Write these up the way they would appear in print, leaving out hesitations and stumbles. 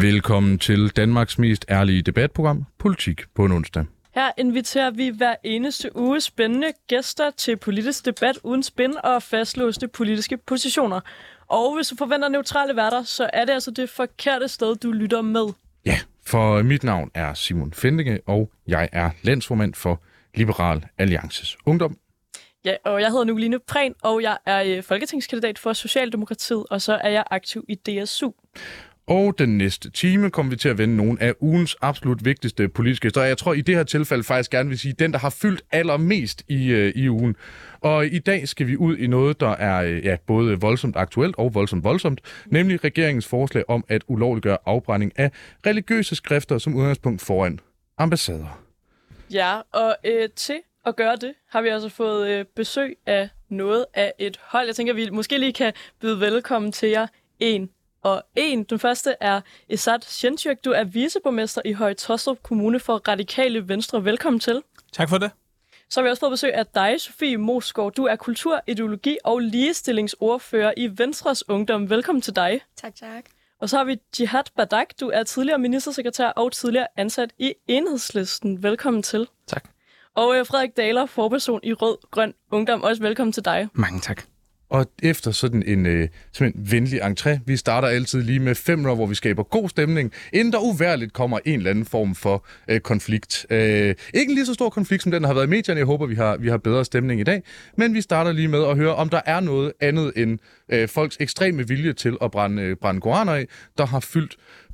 Velkommen til Danmarks mest ærlige debatprogram, Politik på en onsdag. Her inviterer vi hver eneste uge spændende gæster til politisk debat uden spin og fastlåste politiske positioner. Og hvis du forventer neutrale værter, så er det altså det forkerte sted, du lytter med. Ja, for mit navn er Simon Fendinge, og jeg er landsformand for Liberal Alliances Ungdom. Ja, og jeg hedder Nicoline Prehn, og jeg er folketingskandidat for Socialdemokratiet, og så er jeg aktiv i DSU. Og den næste time kommer vi til at vende nogle af ugens absolut vigtigste politiske historier. Jeg tror i det her tilfælde faktisk gerne vil sige, den der har fyldt allermest i ugen. Og i dag skal vi ud i noget, der er både voldsomt aktuelt og voldsomt, nemlig regeringens forslag om at ulovliggøre afbrænding af religiøse skrifter som udgangspunkt foran ambassader. Ja, og til at gøre det har vi altså fået besøg af noget af et hold. Jeg tænker, vi måske lige kan byde velkommen til jer en. Den første er Esad Şentürk. Du er viceborgmester i Høje Taastrup Kommune for Radikale Venstre. Velkommen til. Tak for det. Så har vi også fået besøg af dig, Sofie Moesgaard. Du er kultur-, ideologi- og ligestillingsordfører i Venstres Ungdom. Velkommen til dig. Tak. Og så har vi Jihad Badak. Du er tidligere ministersekretær og tidligere ansat i Enhedslisten. Velkommen til. Tak. Og Frederik Dahler, forperson i Rød Grøn Ungdom. Også velkommen til dig. Mange tak. Og efter sådan en venlig entré, vi starter altid lige med 5 minutter, hvor vi skaber god stemning, inden der uværligt kommer en eller anden form for konflikt. Ikke en lige så stor konflikt, som den, der har været i medierne. Jeg håber, vi har bedre stemning i dag. Men vi starter lige med at høre, om der er noget andet end folks ekstreme vilje til at brænde koraner af, der har fyldt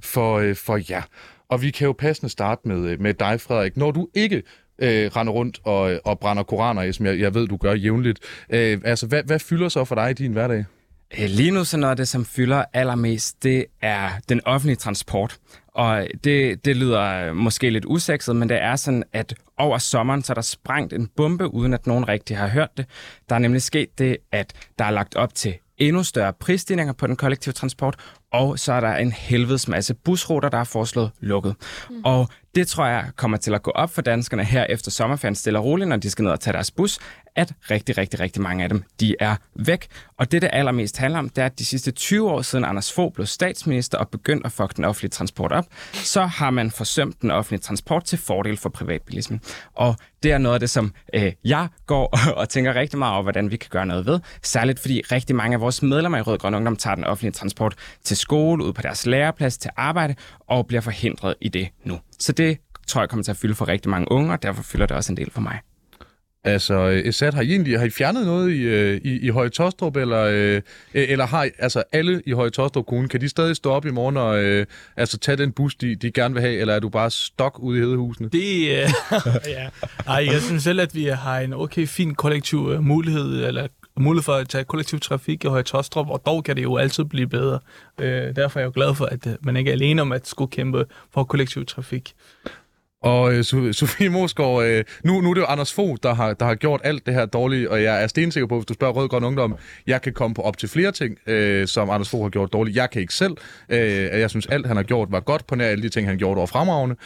for jer. Og vi kan jo passende starte med dig, Frederik. Når du ikke render rundt og brænder koraner af, som jeg ved, du gør jævnligt. Hvad fylder så for dig i din hverdag? Lige nu så noget af det, som fylder allermest, det er den offentlige transport. Og det lyder måske lidt usekset, men det er sådan, at over sommeren så er der sprængt en bombe, uden at nogen rigtig har hørt det. Der er nemlig sket det, at der er lagt op til endnu større prisstigninger på den kollektive transport, og så er der en helvedes masse busruter, der er foreslået lukket. Og det tror jeg kommer til at gå op for danskerne her efter sommerferien stille og roligt, når de skal ned og tage deres bus, at rigtig mange af dem, de er væk. Og det allermest handler om, det er, at de sidste 20 år siden Anders Fogh blev statsminister og begyndte at fuck den offentlige transport op, så har man forsømt den offentlige transport til fordel for privatbilismen. Og det er noget af det, som jeg går og tænker rigtig meget over, hvordan vi kan gøre noget ved. Særligt fordi rigtig mange af vores medlemmer i Rød Grøn Ungdom tager den offentlige transport til skole, ud på deres læreplads, til arbejde og bliver forhindret i det nu. Så det tror jeg kommer til at fylde for rigtig mange unge, og derfor fylder det også en del for mig. Altså, Esad, har I fjernet noget i Høje Taastrup, eller har alle i Høje Taastrup Kommune, kan de stadig stå op i morgen og tage den bus, de gerne vil have, eller er du bare stok ude i Hedehusene? Ja. Jeg synes selv, at vi har en okay fin kollektiv mulighed for at tage kollektiv trafik i Høje Taastrup, og dog kan det jo altid blive bedre. Derfor er jeg jo glad for, at man ikke er alene om at skulle kæmpe for kollektiv trafik. Og Sofie Moesgaard, nu er det jo Anders Fogh, der har gjort alt det her dårlige, og jeg er stensikker på, hvis du spørger Rød Grøn Ungdom, jeg kan komme på op til flere ting, som Anders Fogh har gjort dårligt. Jeg kan ikke selv. Jeg synes, alt han har gjort var godt på nær alle de ting, han gjorde over fremragende.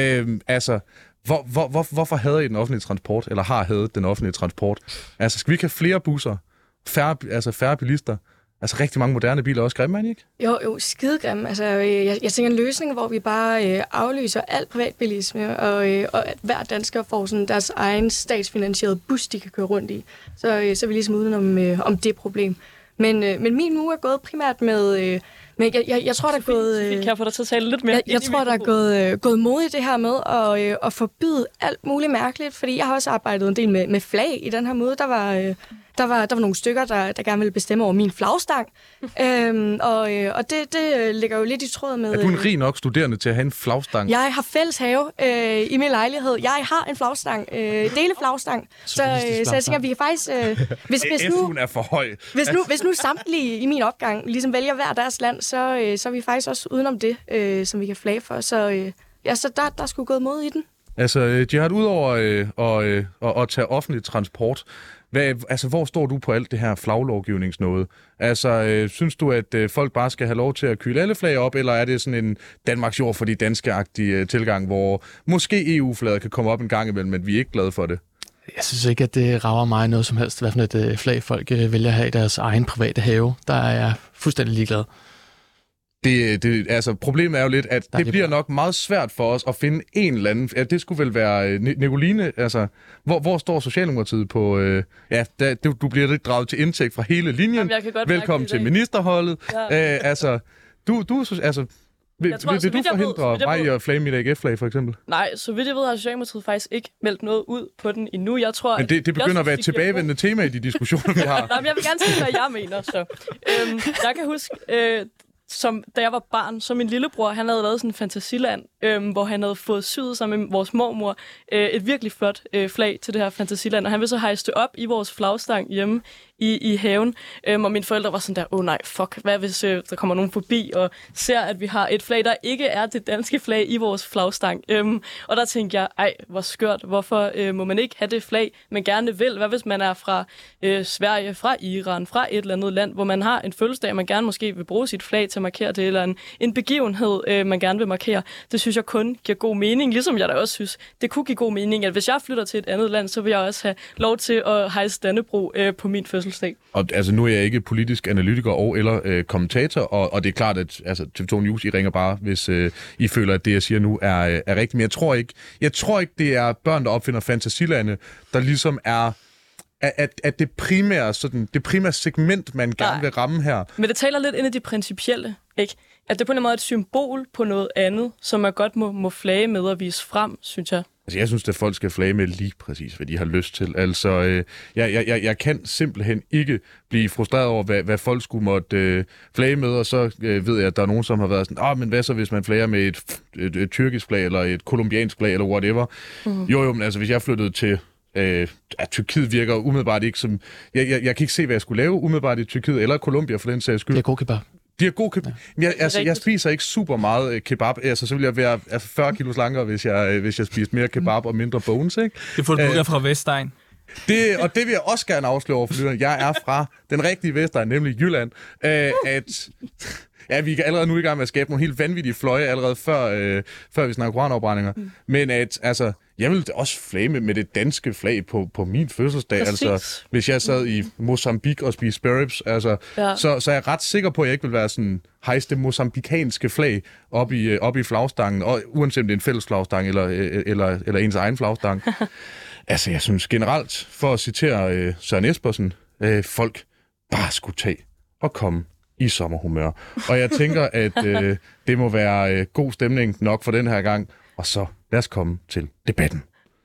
Hvorfor hader I den offentlige transport, eller har hadet den offentlige transport? Altså, skal vi ikke have flere busser, færre bilister? Altså rigtig mange moderne biler også grimme, man ikke? Jo, skidegrimme. Altså, jeg tænker en løsning, hvor vi bare aflyser alt privatbilisme, og at hver dansker får sådan deres egen statsfinansierede bus, de kan køre rundt i. Så er vi ligesom uden om det problem. Men min uge er gået primært med... Men jeg tror, der er gået... Kan jeg få dig til at tale lidt mere? Jeg tror, der er gået mod i det her med at forbyde alt muligt mærkeligt, fordi jeg har også arbejdet en del med flag i den her måde. Der var nogle stykker, der gerne ville bestemme over min flagstang, og det ligger jo lidt i tråd med... Er du en rig nok studerende til at have en flagstang? Jeg har fælles have i min lejlighed. Jeg har en flagstang, deleflagstang, så jeg tænker, vi kan faktisk... Hvis nu er for høj. Hvis nu samtlige i min opgang ligesom vælger hver deres land, så er vi faktisk også udenom det, som vi kan flage for. Så der skulle gået mod i den. Altså, Jihad, udover at tage offentlig transport, hvor står du på alt det her flaglovgivningsnåde? Altså, synes du, at folk bare skal have lov til at kyle alle flag op, eller er det sådan en Danmarks jord for de danske-agtige tilgang, hvor måske EU-flaget kan komme op en gang imellem, men vi er ikke glade for det? Jeg synes ikke, at det rager mig noget som helst, hvad for et flag folk vælger at have i deres egen private have. Der er jeg fuldstændig ligeglad. Altså, problemet er jo lidt, at det bliver nok meget svært for os at finde en eller anden... Ja, det skulle vel være Nicoline. Altså, hvor står Socialdemokratiet på... Du bliver lidt draget til indtægt fra hele linjen. Velkommen til ministerholdet. Ja. Vil du forhindre mig i at flage mit AGF-flag, for eksempel? Nej, så vidt jeg ved, har Socialdemokratiet faktisk ikke meldt noget ud på den endnu. Jeg tror, men det begynder at være et tilbagevendende tema i de diskussioner, vi har. Nej, men jeg vil gerne sige, hvad jeg mener. Så. Jeg kan huske... da jeg var barn, så min lillebror, han havde lavet sådan en fantasiland, hvor han havde fået syet sammen med vores mormor et virkelig flot flag til det her fantasiland, og han ville så hejse det op i vores flagstang hjemme i haven, og mine forældre var sådan der, nej, fuck, hvad hvis der kommer nogen forbi og ser, at vi har et flag, der ikke er det danske flag i vores flagstang. Og der tænkte jeg, hvor skørt, hvorfor må man ikke have det flag, man gerne vil? Hvad hvis man er fra Sverige, fra Iran, fra et eller andet land, hvor man har en fødselsdag, man gerne måske vil bruge sit flag til at markere det, eller en begivenhed, man gerne vil markere. Det synes jeg kun giver god mening, ligesom jeg da også synes, det kunne give god mening, at hvis jeg flytter til et andet land, så vil jeg også have lov til at hejse Dannebrog på min fødselsdag. Og altså, nu er jeg ikke politisk analytiker eller kommentator, og det er klart, at altså, TV2 News, I ringer bare, hvis I føler, at det, jeg siger nu, er rigtigt. Men jeg tror ikke, det er børn, der opfinder fantasilande, der ligesom er at det primære segment, man gerne vil ramme her. Men det taler lidt ind i det principielle, ikke? At det på en måde er et symbol på noget andet, som man godt må flage med og vise frem, synes jeg. Altså, jeg synes, at folk skal flage med lige præcis, hvad de har lyst til. Altså, jeg kan simpelthen ikke blive frustreret over, hvad folk skulle måtte flage med, og så ved jeg, at der er nogen, som har været sådan, men hvad så, hvis man flager med et tyrkisk flag, eller et kolumbiansk flag, eller whatever. Mm-hmm. Jo, men altså, hvis jeg flyttede til... Tyrkiet virker umiddelbart ikke som... Jeg kan ikke se, hvad jeg skulle lave umiddelbart i Tyrkiet, eller Colombia for den sags skyld. Det er god kebab. De er god kebab. Ja. Jeg spiser ikke super meget kebab. Altså, så vil jeg være 40 kilo slankere, hvis jeg spiste mere kebab og mindre bones, ikke? Det får du fra Vestegn. Det vil jeg også gerne afsløre over for lytterne. Jeg er fra den rigtige Vestegn, nemlig Jylland. Vi er allerede nu i gang med at skabe nogle helt vanvittige fløje, allerede før vi snakker koranafbrændinger. Men jeg ville også flage med det danske flag på min fødselsdag. Præcis. Altså, hvis jeg sad i Mozambique og spiste sparrows, så er jeg ret sikker på, at jeg ikke vil være sådan hejse det mozambikanske flag op i flagstangen, og uanset om det er en fælles flagstang eller ens egen flagstang. Altså, jeg synes generelt, for at citere Søren Espersen, folk bare skulle tage og komme i sommerhumør. Og jeg tænker, at det må være god stemning nok for den her gang. Og så lad os komme til debatten.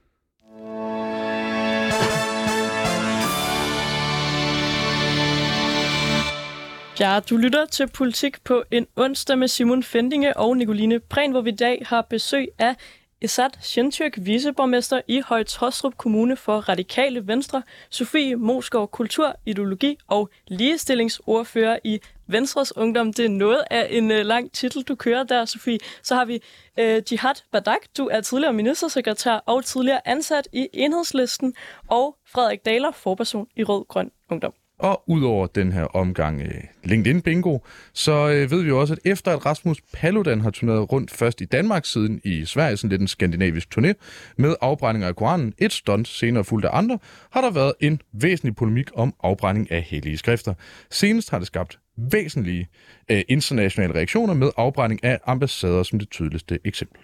Ja, du lytter til Politik på en onsdag med Simon Fendinge og Nicoline Prehn, hvor vi i dag har besøg af Esad Şentürk, viceborgmester i Høje-Taastrup Kommune for Radikale Venstre, Sofie Moesgaard, kultur, ideologi og ligestillingsordfører i Venstres Ungdom. Det er noget af en lang titel, du kører der, Sofie. Så har vi Jihad Badak, du er tidligere ministersekretær og tidligere ansat i Enhedslisten, og Frederik Dahler, forperson i Rød Grøn Ungdom. Og udover den her omgang LinkedIn-bingo, så ved vi jo også, at efter at Rasmus Paludan har turneret rundt først i Danmark, siden i Sverige, sådan lidt en skandinavisk turné, med afbrændinger af Koranen, et stunt senere fulgt af andre, har der været en væsentlig polemik om afbrænding af hellige skrifter. Senest har det skabt væsentlige internationale reaktioner med afbrænding af ambassader som det tydeligste eksempel.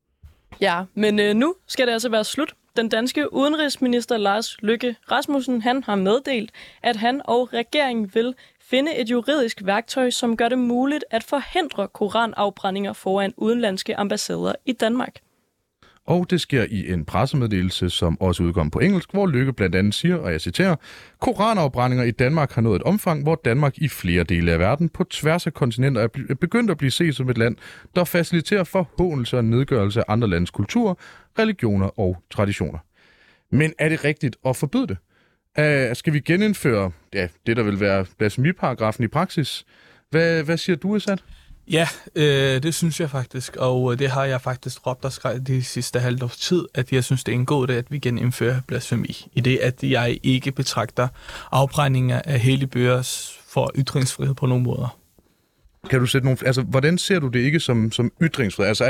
Ja, men nu skal det altså være slut. Den danske udenrigsminister Lars Løkke Rasmussen, han har meddelt, at han og regeringen vil finde et juridisk værktøj, som gør det muligt at forhindre koranafbrændinger foran udenlandske ambassader i Danmark. Og det sker i en pressemeddelelse, som også udkom på engelsk, hvor Løkke blandt andet siger, og jeg citerer, koranafbrændinger i Danmark har nået et omfang, hvor Danmark i flere dele af verden på tværs af kontinenter er begyndt at blive set som et land, der faciliterer forhånelse og nedgørelse af andre landes kultur, religioner og traditioner. Men er det rigtigt at forbyde det? Skal vi genindføre det, der vil være blasfemiparagrafen i praksis? Hvad siger du, Esad? Ja, det synes jeg faktisk, og det har jeg faktisk råbt og skrevet de sidste halvt års tid, at jeg synes, det er en god idé, at vi genindfører blasfemi. I det, at jeg ikke betragter afbrændinger af hellige bøger for ytringsfrihed på nogen måder. Kan du sætte nogle... Altså, hvordan ser du det ikke som ytringsfrihed? Altså,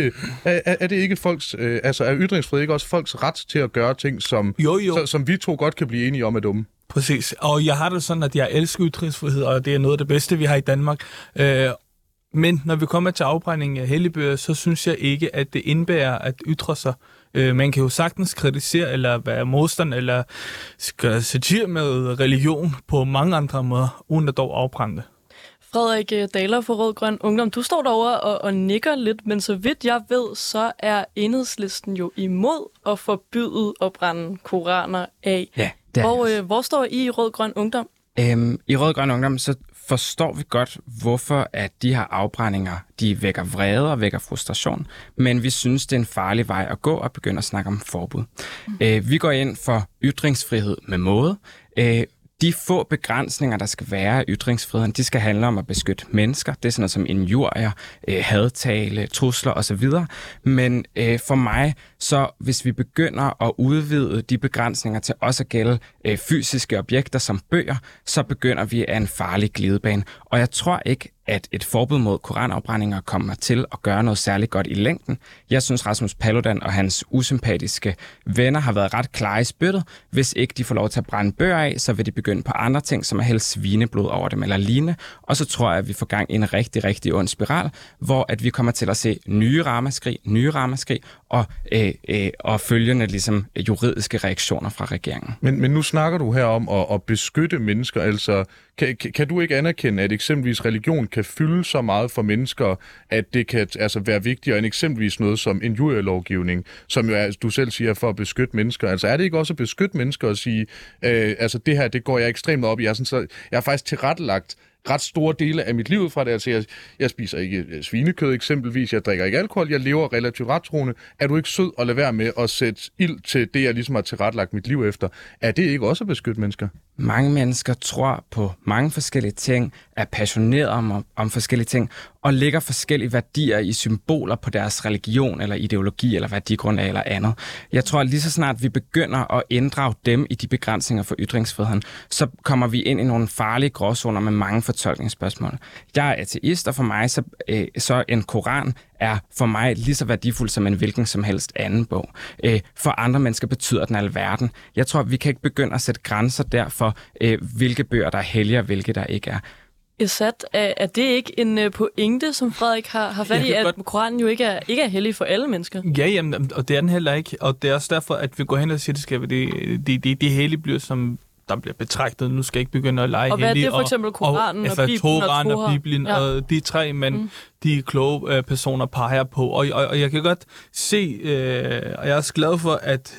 er det ikke folks... er ytringsfrihed ikke også folks ret til at gøre ting, som vi to godt kan blive enige om er dumme? Præcis, og jeg har det sådan, at jeg elsker ytringsfrihed, og det er noget af det bedste, vi har i Danmark. Men når vi kommer til afbrænding af hellige bøger, så synes jeg ikke, at det indebærer at ytre sig. Man kan jo sagtens kritisere eller være modstand eller satire med religion på mange andre måder, uden at dog afbrænde det. Frederik Daler fra Rød Grøn Ungdom, du står derovre og nikker lidt, men så vidt jeg ved, så er Enhedslisten jo imod at forbyde at brænde koraner af. Ja, det er Hvor står I Rød Grøn Ungdom? I Rød Grøn Ungdom, så forstår vi godt, hvorfor at de her afbrændinger, de vækker vrede og vækker frustration, men vi synes, det er en farlig vej at gå og begynde at snakke om forbud. Vi går ind for ytringsfrihed med måde. De få begrænsninger, der skal være af ytringsfriheden, de skal handle om at beskytte mennesker. Det er sådan noget som injurier, hadtale, trusler osv. Men for mig, så hvis vi begynder at udvide de begrænsninger til også at gælde fysiske objekter som bøger, så begynder vi af en farlig glidebane. Og jeg tror ikke, at et forbud mod koranafbrændinger kommer til at gøre noget særligt godt i længden. Jeg synes, Rasmus Paludan og hans usympatiske venner har været ret klare i spyttet. Hvis ikke de får lov til at brænde bøger af, så vil de begynde på andre ting, som er hældt svineblod over dem eller lignende. Og så tror jeg, at vi får gang i en rigtig, rigtig ond spiral, hvor at vi kommer til at se nye ramaskrig og følgende ligesom juridiske reaktioner fra regeringen. Men nu snakker du her om at beskytte mennesker, altså kan du ikke anerkende, at eksempelvis religion kan fylde så meget for mennesker, at det kan altså være vigtigere end eksempelvis noget som injurielovgivning, som jo er, du selv siger, for at beskytte mennesker. Altså er det ikke også at beskytte mennesker og sige, altså det her, det går jeg ekstremt op i. Jeg har faktisk tilrettelagt ret store dele af mit liv fra det. Altså, jeg spiser ikke svinekød eksempelvis, jeg drikker ikke alkohol, jeg lever relativt rettroende. Er du ikke sød at lade være med at sætte ild til det, jeg ligesom har tilrettelagt mit liv efter? Er det ikke også at beskytte mennesker? Mange mennesker tror på mange forskellige ting, er passionerede om forskellige ting, og lægger forskellige værdier i symboler på deres religion eller ideologi eller værdigrundlag eller andet. Jeg tror, at lige så snart vi begynder at inddrage dem i de begrænsninger for ytringsfriheden, så kommer vi ind i nogle farlige gråzoner med mange fortolkningsspørgsmål. Jeg er ateist, og for mig så en koran er for mig lige så værdifuld som en hvilken som helst anden bog. For andre mennesker betyder den alverden. Jeg tror, vi kan ikke begynde at sætte grænser der for, hvilke bøger der er hellige og hvilke der ikke er. Esat, er det ikke en pointe, som Frederik har fat i, at Koranen jo ikke er hellig for alle mennesker? Ja, jamen, og det er den heller ikke. Og det er også derfor, at vi går hen og siger, at det skal være de hellige bøger, som der bliver betragtet. Nu skal jeg ikke begynde at lege og hvad er det for eksempel Koranen og Bibelen og Bibelen ja. Og de tre, men de kloge personer peger på. Og jeg kan godt se, og jeg er også glad for, at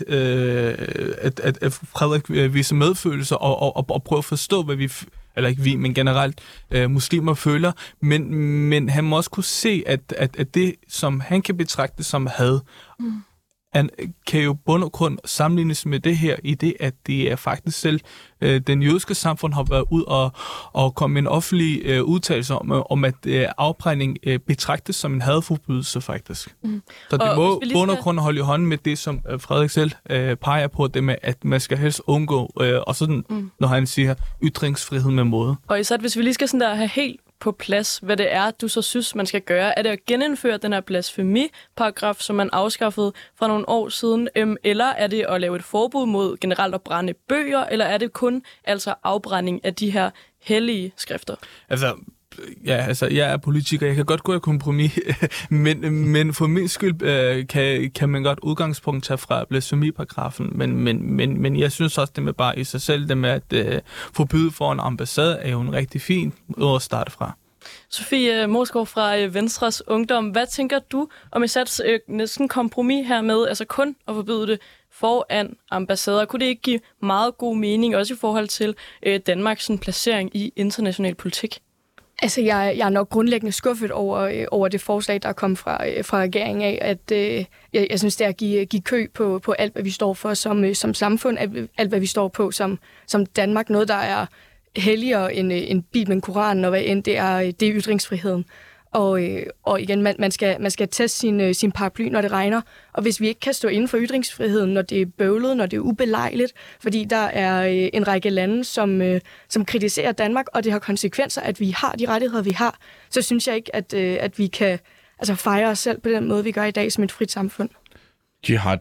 Frederik viser medfølelse og prøver at forstå, hvad vi eller ikke vi, men generelt muslimer føler, men han må også kunne se, at det, som han kan betragte som had, kan jo bund og grund sammenlignes med det her, i det, at det er faktisk selv den jødiske samfund har været ud og komme med en offentlig udtalelse om at afbrænding betragtes som en hadforbrydelse faktisk. Så det må bund og grund holde i hånden med det, som Frederik selv peger på, det med, at man skal helst undgå, og sådan, når han siger ytringsfrihed med måde. Og især hvis vi lige skal sådan der have helt på plads, hvad det er, du så synes, man skal gøre. Er det at genindføre den her blasfemiparagraf, som man afskaffede for nogle år siden, eller er det at lave et forbud mod generelt at brænde bøger, eller er det kun altså afbrænding af de her hellige skrifter? Altså, jeg er politiker, jeg kan godt gå i kompromis, men for min skyld kan man godt udgangspunkt tage fra blasfemiparagrafen, men jeg synes også, det med bare i sig selv, det med at forbyde for en ambassade, er jo en rigtig fin måde at starte fra. Sofie Moskov fra Venstres Ungdom, hvad tænker du om Assads næsten kompromis her med, altså kun at forbyde det foran ambassader? Kunne det ikke give meget god mening, også i forhold til Danmarks placering i international politik? Altså, jeg er nok grundlæggende skuffet over det forslag, der er kommet fra regeringen af, at jeg synes, det er at give kø på alt, hvad vi står for som samfund, alt, hvad vi står på som Danmark. Noget, der er helligere end Bibelen, Koranen, og hvad end det er ytringsfriheden. Og igen, man skal teste sin paraply, når det regner. Og hvis vi ikke kan stå inden for ytringsfriheden, når det er bøvlet, når det er ubelejligt, fordi der er en række lande, som kritiserer Danmark, og det har konsekvenser, at vi har de rettigheder, vi har, så synes jeg ikke, at vi kan fejre os selv på den måde, vi gør i dag som et frit samfund. Jihad,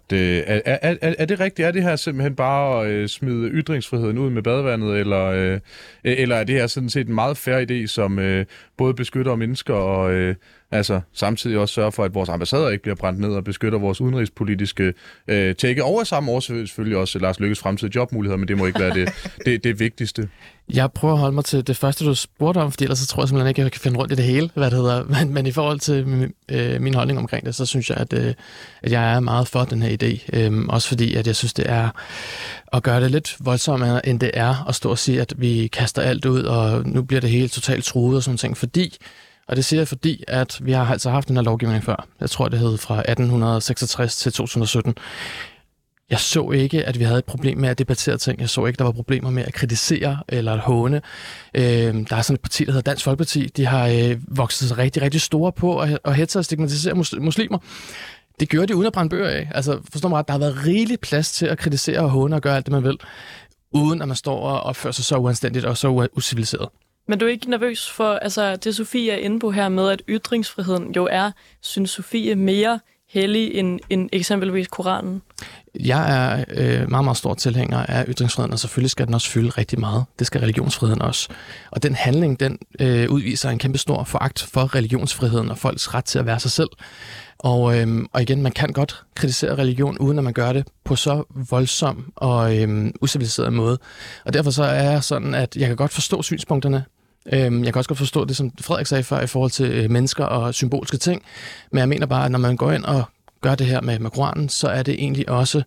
er det rigtigt? Er det her simpelthen bare at smide ytringsfriheden ud med badevandet, eller er det her sådan set en meget fair idé, som både beskytter mennesker og samtidig også sørger for, at vores ambassader ikke bliver brændt ned og beskytter vores udenrigspolitiske tække over samme år selvfølgelig også Lars Løkkes fremtidige jobmuligheder, men det må ikke være det vigtigste. Jeg prøver at holde mig til det første, du spurgte om, fordi ellers så tror jeg simpelthen ikke, at jeg kan finde rundt i det hele, hvad det hedder. Men i forhold til min holdning omkring det, så synes jeg, at jeg er meget for den her idé. Også fordi, at jeg synes, det er at gøre det lidt voldsommere, end det er at stå og sige, at vi kaster alt ud, og nu bliver det hele totalt truet og sådan ting. Og det siger jeg, fordi at vi har altså haft den her lovgivning før. Jeg tror, det hed fra 1866 til 2017. Jeg så ikke, at vi havde et problem med at debattere ting. Jeg så ikke, der var problemer med at kritisere eller at håne. Der er sådan et parti, der hedder Dansk Folkeparti. De har vokset sig rigtig, rigtig store på at hetze og stigmatisere muslimer. Det gjorde de uden at brænde bøger af. Altså, forstår mig ret, der har været rigelig plads til at kritisere og håne og gøre alt det, man vil, uden at man står og opfører sig så uanstændigt og så uciviliseret. Men du er ikke nervøs for, det Sofie er inde på her med, at ytringsfriheden jo er, synes Sofie, mere hellig end eksempelvis Koranen? Jeg er meget, meget stor tilhænger af ytringsfriheden, og selvfølgelig skal den også fylde rigtig meget. Det skal religionsfriheden også. Og den handling, den udviser en kæmpe stor foragt for religionsfriheden og folks ret til at være sig selv. Og igen, man kan godt kritisere religion, uden at man gør det på så voldsom og uciviliseret måde. Og derfor så er jeg sådan, at jeg kan godt forstå synspunkterne. Jeg kan også godt forstå det, som Frederik sagde før, i forhold til mennesker og symbolske ting. Men jeg mener bare, at når man går ind og gør det her med Koranen, så er det egentlig også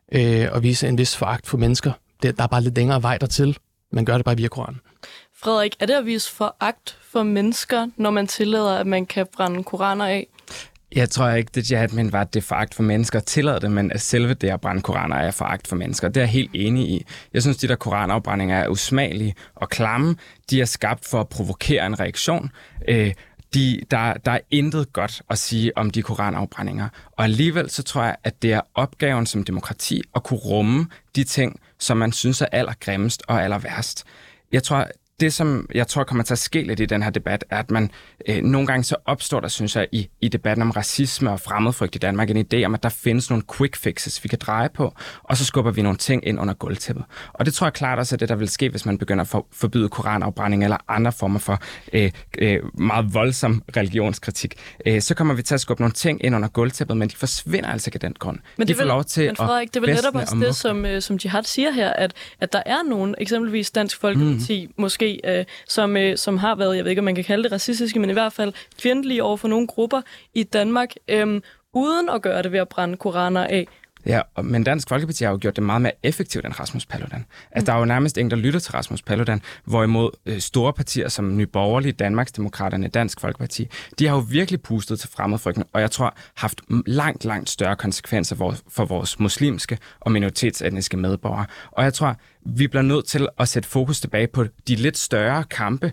at vise en vis foragt for mennesker. Der er bare lidt længere vej dertil. Man gør det bare via Koranen. Frederik, er det at vise foragt for mennesker, når man tillader, at man kan brænde koraner af? Jeg tror ikke, det jihad, men var det foragt for mennesker tillader det, men at selve det at brænde koraner er foragt for mennesker. Det er jeg helt enig i. Jeg synes, de der koranafbrændinger er usmagelige og klamme. De er skabt for at provokere en reaktion. Der er intet godt at sige om de koranafbrændinger. Og alligevel så tror jeg, at det er opgaven som demokrati at kunne rumme de ting, som man synes er allergrimmest og allerværst. Det, som jeg tror kommer til at ske lidt i den her debat, er, at man nogle gange så opstår der, synes jeg, i debatten om racisme og fremmedfrygt i Danmark, en idé om, at der findes nogle quick fixes, vi kan dreje på, og så skubber vi nogle ting ind under gulvtæppet. Og det tror jeg klart også er det, der vil ske, hvis man begynder at forbyde koranafbrænding eller andre former for meget voldsom religionskritik. Så kommer vi til at skubbe nogle ting ind under gulvtæppet, men de forsvinder altså ikke af den grund. Men det er vel netop også det, som Jihad siger her, at der er nogen, eksempelvis Dansk Folkeparti, måske som har været, jeg ved ikke, om man kan kalde det racistiske, men i hvert fald fjendtlige over for nogle grupper i Danmark, uden at gøre det ved at brænde koraner af. Ja, men Dansk Folkeparti har jo gjort det meget mere effektivt end Rasmus Paludan. Altså, der er jo nærmest ingen, der lytter til Rasmus Paludan, hvorimod store partier som Nye Borgerlige, Danmarksdemokraterne, Dansk Folkeparti, de har jo virkelig pustet til fremmedfrygten, og jeg tror, haft langt, langt større konsekvenser for vores muslimske og minoritetsetniske medborgere. Og jeg tror, vi bliver nødt til at sætte fokus tilbage på de lidt større kampe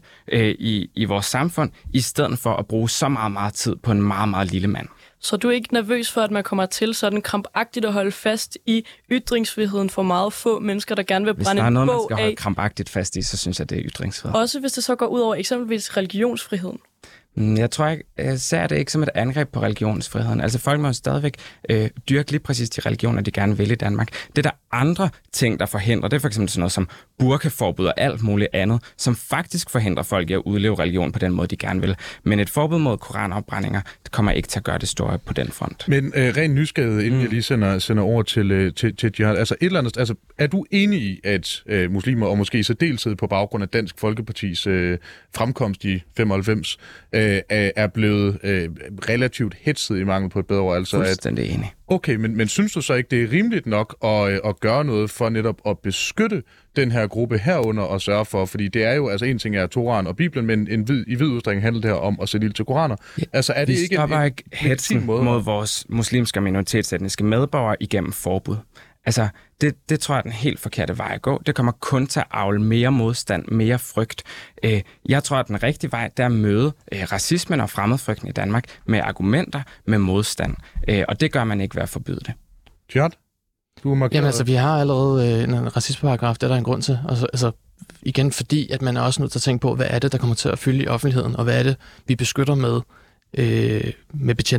i vores samfund, i stedet for at bruge så meget, meget tid på en meget, meget lille mand. Så du er ikke nervøs for, at man kommer til sådan krampagtigt at holde fast i ytringsfriheden for meget få mennesker, der gerne vil brænde en bog af? Hvis der er noget, man skal holde krampagtigt fast i, så synes jeg, det er ytringsfrihed. Også hvis det så går ud over eksempelvis religionsfriheden? Jeg tror ikke, jeg ser det ikke som et angreb på religionsfriheden. Altså folk må jo stadigvæk dyrke lige præcis de religioner, de gerne vil i Danmark. Det er der andre ting, der forhindrer. Det er for eksempel sådan noget som burkaforbud og alt muligt andet, som faktisk forhindrer folk i at udleve religion på den måde, de gerne vil. Men et forbud mod koranafbrændinger, det kommer ikke til at gøre det store på den front. Men ren nysgerrighed, inden jeg lige sender over til Jihad. Altså et eller andet, altså er du enig i, at muslimer, og måske i særdeleshed på baggrund af Dansk Folkepartis fremkomst i 95, er blevet relativt hetset i mangel på et bedre ord? Altså, fuldstændig enig. Okay, men synes du så ikke, det er rimeligt nok at gøre noget for netop at beskytte den her gruppe herunder og sørge for, fordi det er jo, altså en ting er Toraen og Bibelen, men i vid udstrækning handler det her om at sætte ild til koraner. Altså er det ikke vi stopper ikke hetsen mod vores muslimske og minoritetsetniske medborgere igennem forbud. Altså, det tror jeg er den helt forkerte vej at gå. Det kommer kun til at avle mere modstand, mere frygt. Jeg tror, at den rigtige vej, det er at møde racismen og fremmedfrygten i Danmark med argumenter, med modstand. Og det gør man ikke ved at forbyde det. Jihad? Jamen altså, vi har allerede en racismeparagraf, det er der en grund til. Altså, igen, fordi at man er også nødt til at tænke på, hvad er det, der kommer til at fylde i offentligheden, og hvad er det, vi beskytter med betjente.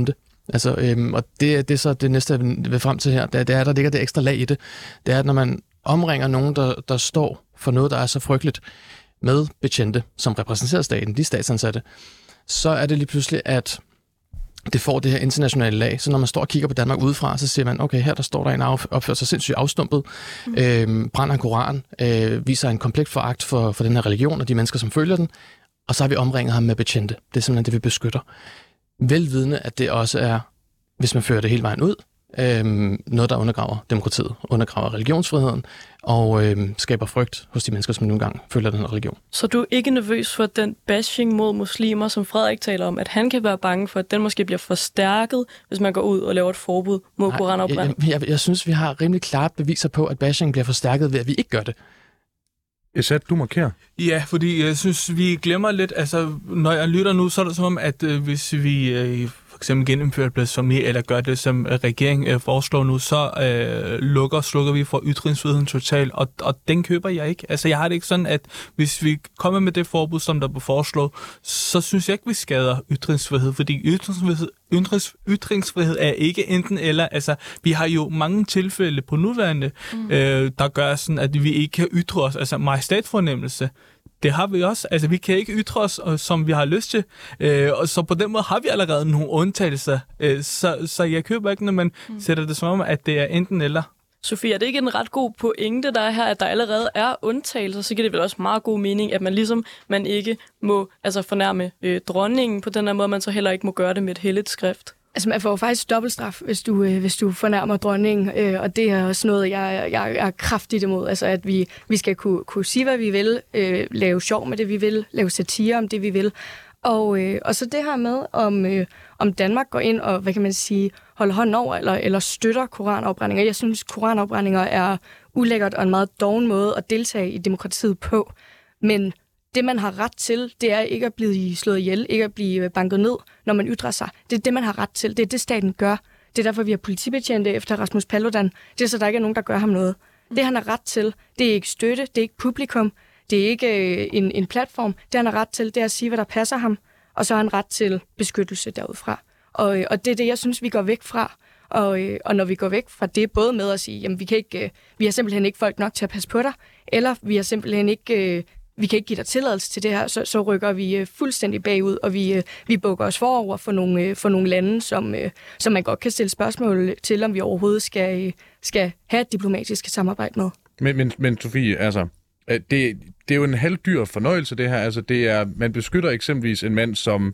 Altså, og det er så det næste, jeg vil frem til her. Det er, der ligger det ekstra lag i det. Det er, at når man omringer nogen, der står for noget, der er så frygteligt, med betjente, som repræsenterer staten, de statsansatte, så er det lige pludselig, at det får det her internationale lag. Så når man står og kigger på Danmark udefra, så siger man, okay, her der står der en opfører sig sindssygt afstumpet, brænder en koran, viser en komplet foragt for den her religion og de mennesker, som følger den, og så har vi omringet ham med betjente. Det er simpelthen det, vi beskytter. Velvidende, at det også er, hvis man fører det hele vejen ud, noget, der undergraver demokratiet, undergraver religionsfriheden og skaber frygt hos de mennesker, som nogle gange følger den her religion. Så du er ikke nervøs for den bashing mod muslimer, som Frederik taler om, at han kan være bange for, at den måske bliver forstærket, hvis man går ud og laver et forbud mod koranafbrænding? Jeg synes, vi har rimelig klare beviser på, at bashing bliver forstærket ved, at vi ikke gør det. Esad, du markerer. Ja, fordi jeg synes, vi glemmer lidt, altså når jeg lytter nu, så er det som om, at hvis vi for eksempel genindfører blasfemi, eller gør det, som regeringen foreslår nu, så slukker vi for ytringsfriheden totalt, og den køber jeg ikke. Altså jeg har det ikke sådan, at hvis vi kommer med det forbud, som der bliver foreslået, så synes jeg ikke, vi skader ytringsfrihed, fordi ytringsfrihed er ikke enten eller. Altså vi har jo mange tilfælde på nuværende, der gør sådan, at vi ikke kan ytre os. Altså majestætfornemmelse, det har vi også. Altså, vi kan ikke ytre os, som vi har lyst til. Og så på den måde har vi allerede nogle undtagelser. Så jeg køber ikke, når man sætter det som om, at det er enten eller. Sofie, er det ikke en ret god pointe, der er her, at der allerede er undtagelser? Så giver det vel også meget god mening, at man ikke må fornærme dronningen på den her måde, man så heller ikke må gøre det med et helligt skrift. Altså, man får jo faktisk dobbeltstraf, hvis du fornærmer dronningen, og det er også noget, jeg er kraftigt imod. Altså, at vi skal kunne sige, hvad vi vil, lave sjov med det, vi vil, lave satire om det, vi vil. Og så det her med, om Danmark går ind og, hvad kan man sige, holder hånden over eller støtter koranafbrændinger. Jeg synes, koranafbrændinger er ulækkert og en meget doven måde at deltage i demokratiet på. Men det, man har ret til, det er ikke at blive slået ihjel, ikke at blive banket ned, når man ytrer sig. Det er det, man har ret til. Det er det, staten gør. Det er derfor, vi har politibetjente efter Rasmus Paludan. Det er så, der ikke er nogen, der gør ham noget. Det, han har ret til, det er ikke støtte, det er ikke publikum, det er ikke en platform. Det, han har ret til, det er at sige, hvad der passer ham, og så har han ret til beskyttelse derudfra. Og det er det, jeg synes, vi går væk fra. Og når vi går væk fra det, både med at sige, jamen vi har simpelthen ikke folk nok til at passe på dig, eller vi har simpelthen ikke... vi kan ikke give dig tilladelse til det her, så rykker vi fuldstændig bagud, og vi bukker os forover for nogle lande, som man godt kan stille spørgsmål til, om vi overhovedet skal have et diplomatisk samarbejde med. Men Sofie, altså, det er jo en halvdyr fornøjelse, det her. Altså, det er, man beskytter eksempelvis en mand, som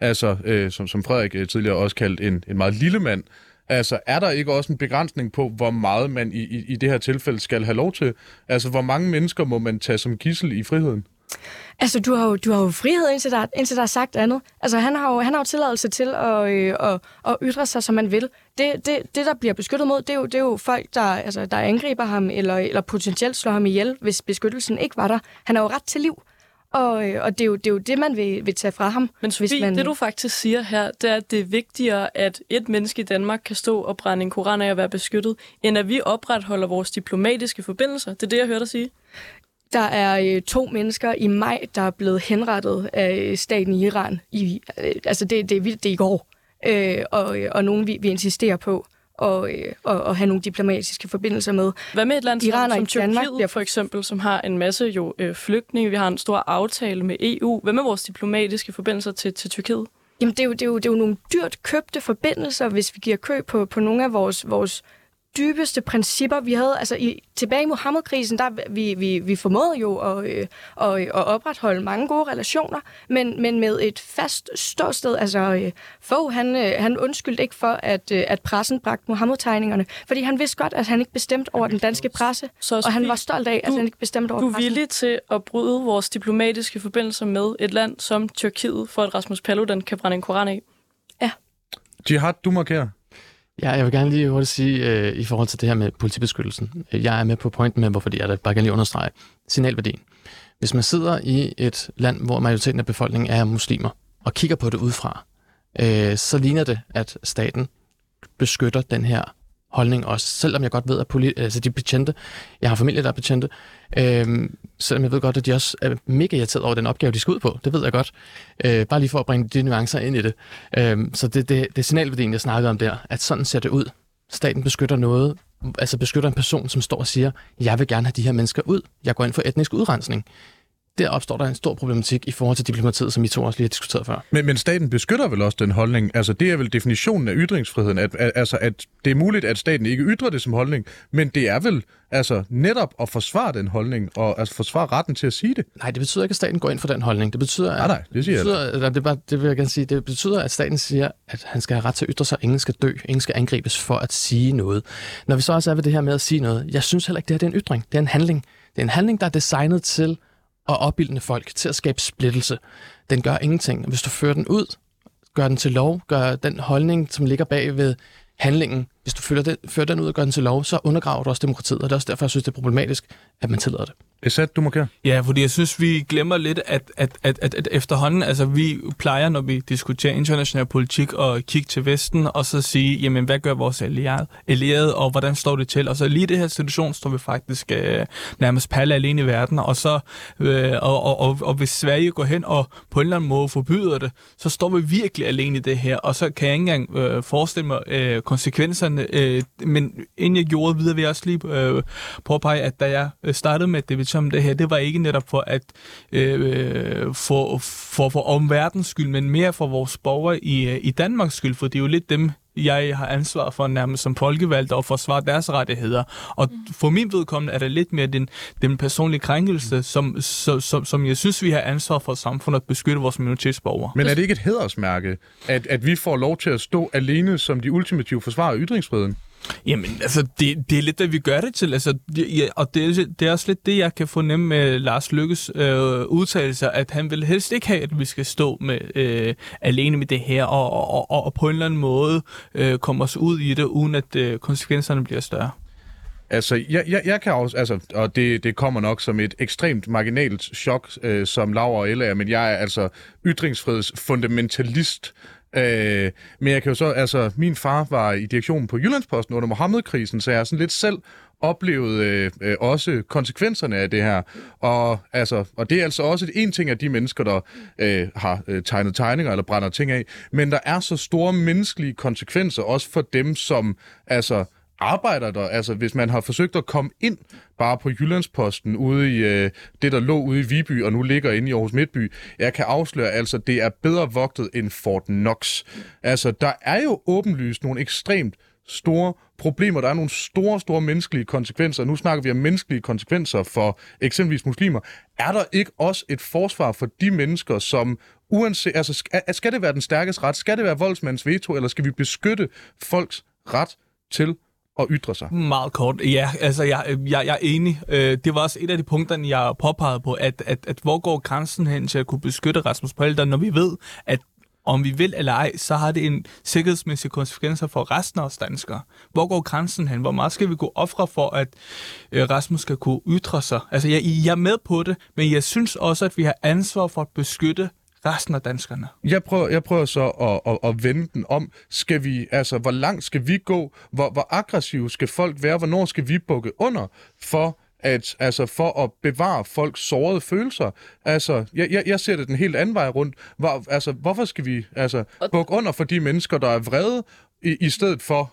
Frederik tidligere også kaldt en meget lille mand. Altså, er der ikke også en begrænsning på, hvor meget man i det her tilfælde skal have lov til? Altså, hvor mange mennesker må man tage som gidsel i friheden? Altså, du har jo frihed, indtil der er sagt andet. Altså, han har jo tilladelse til at ytre sig, som man vil. Det der bliver beskyttet mod, det er jo folk, der angriber ham, eller potentielt slår ham ihjel, hvis beskyttelsen ikke var der. Han har jo ret til liv. Og det er jo det, man vil tage fra ham. Men Sofie, det du faktisk siger her, det er, at det er vigtigere, at et menneske i Danmark kan stå og brænde en koran af at være beskyttet, end at vi opretholder vores diplomatiske forbindelser. Det er det, jeg hørte dig sige. Der er 2 mennesker i maj, der er blevet henrettet af staten i Iran. Det er vildt, det er i går. Og nogen, vi insisterer på og have nogle diplomatiske forbindelser med. Hvad med et land som Tyrkiet, for eksempel, som har en masse flygtninge? Vi har en stor aftale med EU. Hvad med vores diplomatiske forbindelser til Tyrkiet? Jamen, det er jo nogle dyrt købte forbindelser, hvis vi giver køb på nogle af vores dybeste principper. Vi havde, tilbage i Mohammed-krisen, der vi formåede jo at opretholde mange gode relationer, men med et fast ståsted. Altså, Fogh, han undskyldte ikke for, at pressen bragte Mohammed-tegningerne, fordi han vidste godt, at han ikke bestemte over den danske presse, og han var stolt af, at han ikke bestemte over pressen. Du er villig til at bryde vores diplomatiske forbindelser med et land som Tyrkiet, for at Rasmus Paludan kan brænde en koran af? Ja. Jihad, du markerer. Ja, jeg vil gerne lige hurtigt sige, i forhold til det her med politibeskyttelsen. Jeg er med på pointen med, hvorfor jeg bare gerne lige understrege signalværdien. Hvis man sidder i et land, hvor majoriteten af befolkningen er muslimer, og kigger på det udefra, så ligner det, at staten beskytter den her holdning også, selvom jeg godt ved, at altså de betjente, jeg har familie, der er betjente, selvom jeg ved godt, at de også er mega irriteret over den opgave, de skal ud på. Det ved jeg godt. Bare lige for at bringe de nuancer ind i det. Så det signalværdien, jeg snakkede om der, at sådan ser det ud. Staten beskytter noget, altså beskytter en person, som står og siger, jeg vil gerne have de her mennesker ud. Jeg går ind for etnisk udrensning. Der opstår der en stor problematik i forhold til diplomatiet, som I to også lige har diskuteret før. Men staten beskytter vel også den holdning? Altså, det er vel definitionen af ytringsfriheden, at det er muligt, at staten ikke ytrer det som holdning, men det er vel netop at forsvare den holdning, og altså forsvare retten til at sige det? Nej, det betyder ikke, at staten går ind for den holdning. Det betyder, nej, det siger jeg. Det vil jeg gerne sige. Det betyder, at staten siger, at han skal have ret til at ytre sig, ingen skal dø, ingen skal angribes for at sige noget. Når vi så også er ved det her med at sige noget, jeg synes heller ikke, det her det er en ytring. Det er en handling. Det er en handling, der er designet til at opildne folk, til at skabe splittelse. Den gør ingenting. Hvis du fører den ud, gør den til lov, gør den holdning, som ligger bag ved handlingen, hvis du fører den ud og gør den til lov, så undergraver du også demokratiet, og det er også derfor, jeg synes, det er problematisk, at man tillader det. Esat, du markerer. Ja, fordi jeg synes, vi glemmer lidt, at efterhånden, altså vi plejer, når vi diskuterer international politik, og kigge til Vesten, og så sige, jamen, hvad gør vores allierede, og hvordan står det til? Og så lige i det her situation står vi faktisk nærmest palle alene i verden, og så og hvis Sverige går hen og på en eller anden måde forbyder det, så står vi virkelig alene i det her, og så kan jeg ikke engang forestille mig konsekvenserne. Men inden jeg gjorde videre, vil jeg også lige påpege, at da jeg startede med det som det her, det var ikke netop for at for omverdens skyld, men mere for vores borgere i Danmarks skyld, for det er jo lidt dem, jeg har ansvar for nærmest som folkevalgte og forsvare deres rettigheder. Og for min vedkommende er det lidt mere den personlige krænkelse, som jeg synes, vi har ansvar for samfundet at beskytte vores minoritetsborgere. Men er det ikke et hædersmærke, at vi får lov til at stå alene som de ultimative forsvarere af ytringsfriheden? Jamen, altså, det er lidt, hvad vi gør det til. Altså, og det er også lidt det, jeg kan fornemme med Lars Løkkes udtalelser, at han vil helst ikke have, at vi skal stå med alene med det her, og på en eller anden måde komme os ud i det, uden at konsekvenserne bliver større. Altså, jeg kan også, og det kommer nok som et ekstremt marginalt chok, som Laura og Ella er, men jeg er altså ytringsfrihedsfundamentalist. Men jeg kan jo så, min far var i direktionen på Jyllandsposten under Mohammed-krisen, så jeg har sådan lidt selv oplevet også konsekvenserne af det her. Og det er altså også en ting af de mennesker, der har tegnet tegninger eller brænder ting af, men der er så store menneskelige konsekvenser også for dem, som arbejder der. Altså, hvis man har forsøgt at komme ind bare på Jyllandsposten ude i det, der lå ude i Viby, og nu ligger inde i Aarhus Midtby, jeg kan afsløre, det er bedre vogtet end Fort Knox. Altså, der er jo åbenlyst nogle ekstremt store problemer. Der er nogle store menneskelige konsekvenser. Nu snakker vi om menneskelige konsekvenser for eksempelvis muslimer. Er der ikke også et forsvar for de mennesker, som uanset, skal det være den stærkes ret? Skal det være voldsmandens veto, eller skal vi beskytte folks ret til og ytre sig? Meget kort. Ja, altså jeg er enig. Det var også et af de punkter, jeg påpegede på, at hvor går grænsen hen til at kunne beskytte Rasmus Paludan, når vi ved, at om vi vil eller ej, så har det en sikkerhedsmæssige konsekvenser for resten af os danskere. Hvor går grænsen hen? Hvor meget skal vi gå ofre for, at Rasmus skal kunne ytre sig? Altså, jeg er med på det, men jeg synes også, at vi har ansvar for at beskytte resten af danskerne. Jeg prøver så at vende den om. Skal vi, hvor langt skal vi gå? Hvor aggressive skal folk være? Hvornår skal vi bukke under for at bevare folks sårede følelser? Jeg ser det den helt anden vej rundt. Hvorfor skal vi bukke under for de mennesker, der er vrede, i stedet for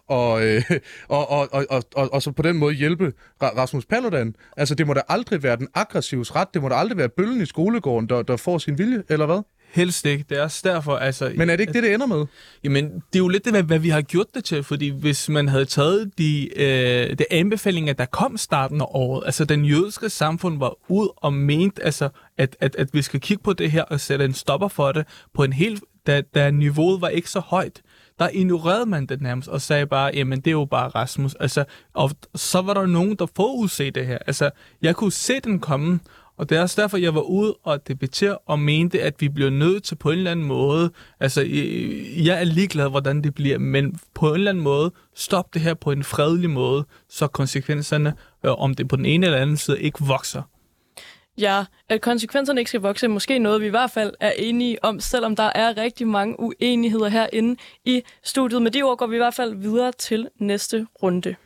og så på den måde hjælpe Rasmus Paludan? Det må da aldrig være den aggressives ret. Det må da aldrig være bøllen i skolegården, der får sin vilje, eller hvad? Helst ikke. Det er også derfor, Men er det ikke det ender med? Jamen, det er jo lidt det, hvad vi har gjort det til, fordi hvis man havde taget de anbefalinger, der kom starten af året, den jødiske samfund var ud og ment, at vi skal kigge på det her og sætte en stopper for det på en helt, da niveauet var ikke så højt, der ignorerede man det nærmest og sagde bare, jamen det er jo bare Rasmus. Og så var der nogen, der forudse det her. Jeg kunne se den komme, og det er også derfor, jeg var ude og debattere og mente, at vi bliver nødt til på en eller anden måde, jeg er ligeglad, hvordan det bliver, men på en eller anden måde, stop det her på en fredelig måde, så konsekvenserne, om det på den ene eller anden side, ikke vokser. at konsekvenserne ikke skal vokse, måske noget, vi i hvert fald er enige om, selvom der er rigtig mange uenigheder herinde i studiet. Med de ord går vi i hvert fald videre til næste runde.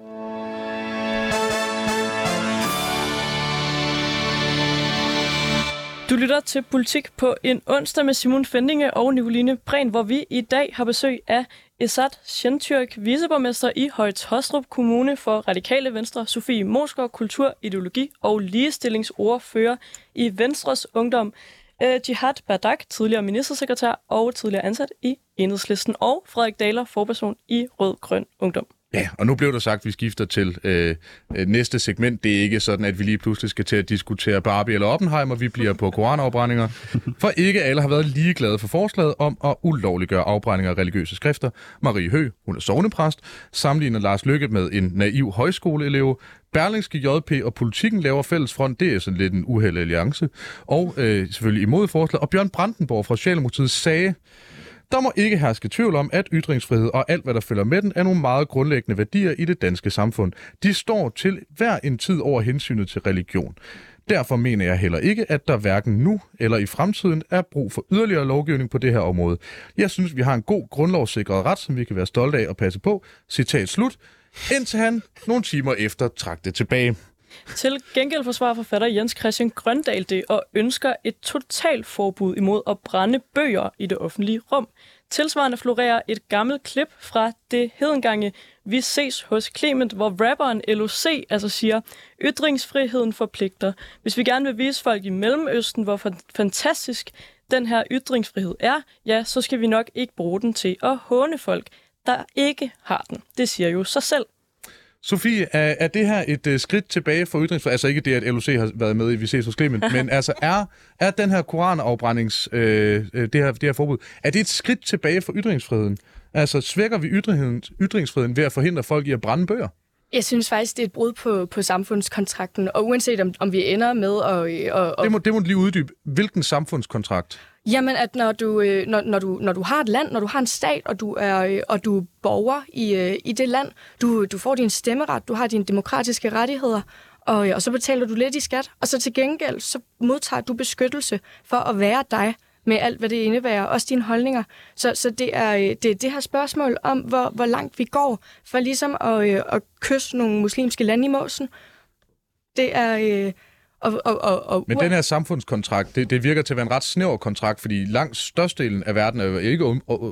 Du lytter til Politik på en onsdag med Simon Fendinge og Nicoline Prehn, hvor vi i dag har besøg af Esat Şentürk, viceborgmester i Høje-Taastrup Kommune for Radikale Venstre, Sofie Moesgaard, kultur, ideologi og ligestillingsordfører i Venstres Ungdom, Jihad Bardak, tidligere ministersekretær og tidligere ansat i Enhedslisten, og Frederik Dahler, forperson i Rød-Grøn Ungdom. Ja, og nu blev der sagt, at vi skifter til næste segment. Det er ikke sådan, at vi lige pludselig skal til at diskutere Barbie eller Oppenheimer. Vi bliver på koranafbrændinger. For ikke alle har været ligeglade for forslaget om at ulovliggøre afbrændinger af religiøse skrifter. Marie Høgh, hun er sognepræst, sammenligner Lars Løkke med en naiv højskoleelev. Berlingske, JP og Politikken laver fælles front. Det er sådan lidt en uheldig alliance. Og selvfølgelig imod forslaget. Og Bjørn Brandenborg fra Socialdemokratiet sagde: der må ikke herske tvivl om, at ytringsfrihed og alt, hvad der følger med den, er nogle meget grundlæggende værdier i det danske samfund. De står til hver en tid over hensynet til religion. Derfor mener jeg heller ikke, at der hverken nu eller i fremtiden er brug for yderligere lovgivning på det her område. Jeg synes, vi har en god grundlovssikret ret, som vi kan være stolte af og passe på. Citat slut. Indtil han nogle timer efter trak det tilbage. Til gengæld forsvarer forfatter Jens Christian Grøndahl det og ønsker et totalforbud imod at brænde bøger i det offentlige rum. Tilsvarende florerer et gammelt klip fra det hedengange Vi ses hos Clement, hvor rapperen LOC altså siger, ytringsfriheden forpligter. Hvis vi gerne vil vise folk i Mellemøsten, hvor fantastisk den her ytringsfrihed er, ja, så skal vi nok ikke bruge den til at håne folk, der ikke har den. Det siger jo sig selv. Sofie, er det her et skridt tilbage for ytringsfrihed? Altså ikke det, at LOC har været med i Vi ses hos Clement, men altså er den her koranafbrændings, det her forbud, er det et skridt tilbage for ytringsfriheden? Altså svækker vi ytringsfriheden ved at forhindre folk i at brænde bøger? Jeg synes faktisk, det er et brud på samfundskontrakten, og uanset om vi ender med at... Det må du lige uddybe. Hvilken samfundskontrakt? Jamen, at når du har et land, når du har en stat, og du er borger i det land, du får din stemmeret, du har dine demokratiske rettigheder, og så betaler du lidt i skat, og så til gengæld, så modtager du beskyttelse for at være dig, med alt, hvad det indebærer, også dine holdninger. Så det er det her spørgsmål om, hvor langt vi går, for ligesom at kysse nogle muslimske lande i måsen. Det er... Men den her samfundskontrakt, det virker til at være en ret snæver kontrakt, fordi langt størstedelen af verden er jo ikke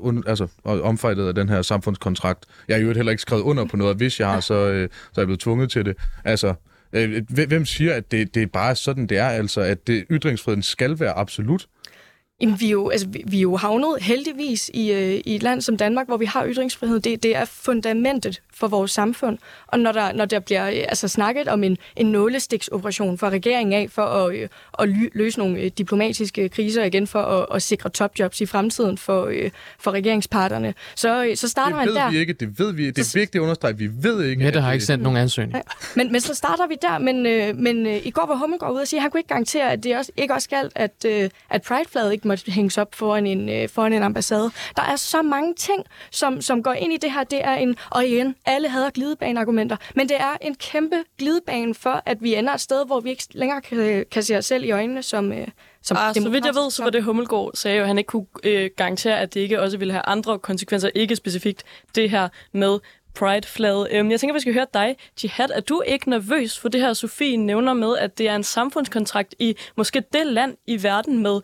omfattet af den her samfundskontrakt. Jeg har jo heller ikke skrevet under på noget, hvis jeg har, så er jeg blevet tvunget til det. Altså, hvem siger, at det er bare sådan, det er, altså, at ytringsfriheden skal være absolut? Jamen, vi er jo havnet heldigvis i et land som Danmark, hvor vi har ytringsfrihed. Det er fundamentet for vores samfund. Og når der bliver snakket om en nålestiksoperation fra regeringen af for at løse nogle diplomatiske kriser igen, for at sikre topjobs i fremtiden for regeringsparterne, så starter man der. Det ved vi ikke, det ved vi. Det er vigtigt at understrege, vi ved ikke. Mette har ikke sendt nogen ansøgning. Men så starter vi der. Men i går var Hummelgaard ude og sige, at han kunne ikke garantere, at det også, ikke også galt, at Pride-flaget ikke måtte hænges op foran en ambassade. Der er så mange ting, som går ind i det her. Det er og igen, alle hader glidebaneargumenter, men det er en kæmpe glidebane for, at vi ender et sted, hvor vi ikke længere kan se os selv i øjnene som så vidt jeg ved, så var det Hummelgaard sagde jo, at han ikke kunne garantere, at det ikke også ville have andre konsekvenser, ikke specifikt det her med Pride-flaget. Jeg tænker, vi skal høre dig, Jihad. Er du ikke nervøs for det her, Sofie nævner med, at det er en samfundskontrakt i måske det land i verden med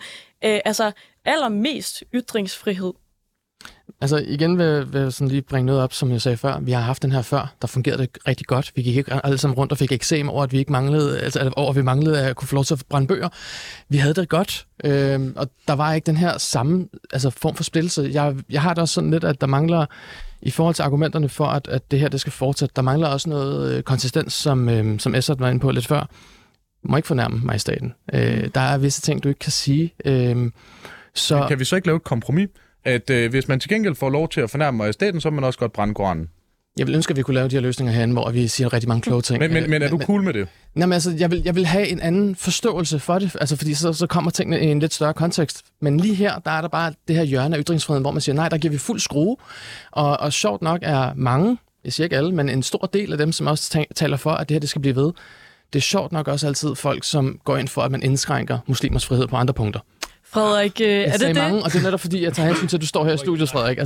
allermest ytringsfrihed? Altså igen vil jeg sådan lige bringe noget op, som jeg sagde før. Vi har haft den her før, der fungerede det rigtig godt. Vi gik ikke alle sammen rundt og fik eksem over, at vi ikke manglede, over at vi manglede at kunne få lov til at brænde bøger. Vi havde det godt, og der var ikke den her samme form for splittelse. Jeg har det også sådan lidt, at der mangler, i forhold til argumenterne for, at det her det skal fortsætte, der mangler også noget konsistens, som Esat var inde på lidt før. Du må ikke fornærme mig i staten. Der er visse ting, du ikke kan sige. Så... Men kan vi så ikke lave et kompromis? At hvis man til gengæld får lov til at fornærme majestæten, så må man også godt brænde Koranen. Jeg vil ønske, at vi kunne lave de her løsninger herinde, hvor vi siger rigtig mange kloge ting. Men er du cool med det? Nej, men altså, jeg vil have en anden forståelse for det, altså fordi så kommer tingene i en lidt større kontekst. Men lige her, der er der bare det her hjørne af ytringsfriheden, hvor man siger, nej, der giver vi fuld skrue. Og sjovt nok er mange, jeg siger ikke alle, men en stor del af dem, som også taler for, at det her det skal blive ved, Det er sjovt nok også altid folk, som går ind for, at man indskrænker muslimers frihed på andre punkter. Frederik, er det mange, og det er netop fordi, jeg tager hensyn til, at du står her i studiet, Frederik.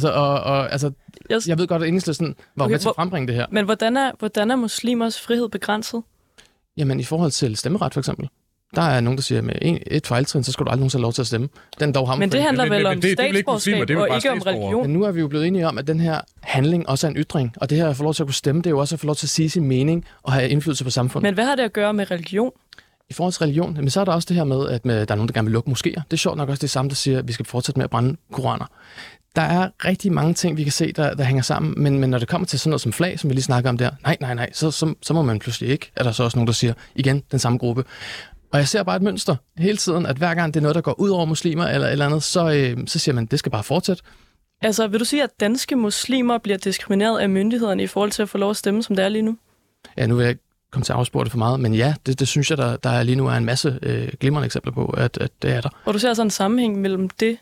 Jeg ved godt, at Enhedslisten var med til at frembringe det her. Men hvordan er muslimers frihed begrænset? Jamen, i forhold til stemmeret, for eksempel. Der er nogen, der siger, at med et fejltrin, så skal du aldrig nogensinde have lov til at stemme. Den dog men det handler vel om statsborgerskab og ikke om religion. Men nu er vi jo blevet enige om, at den her handling også er en ytring. Og det her at få lov til at kunne stemme, det er jo også at få lov til at sige sin mening og have indflydelse på samfundet. Men hvad har det at gøre med religion? I forhold til religion, men så er der også det her med, at der er nogen, der gerne vil lukke moskéer. Det er sjovt nok også det samme, der siger, at vi skal fortsætte med at brænde koraner. Der er rigtig mange ting, vi kan se, der hænger sammen, men når det kommer til sådan noget som flag, som vi lige snakker om der, nej, så må man pludselig ikke. Er der så også nogen, der siger, igen, den samme gruppe. Og jeg ser bare et mønster hele tiden, at hver gang det er noget, der går ud over muslimer eller et eller andet, så siger man, det skal bare fortsætte. Altså, vil du sige, at danske muslimer bliver diskrimineret af myndighederne i forhold til at få lov at stemme, som det er lige nu? Ja, nu vil jeg ikke komme til at afspore det for meget, men ja, det synes jeg, der lige nu er en masse glimrende eksempler på, at det er der. Og du ser altså en sammenhæng mellem det.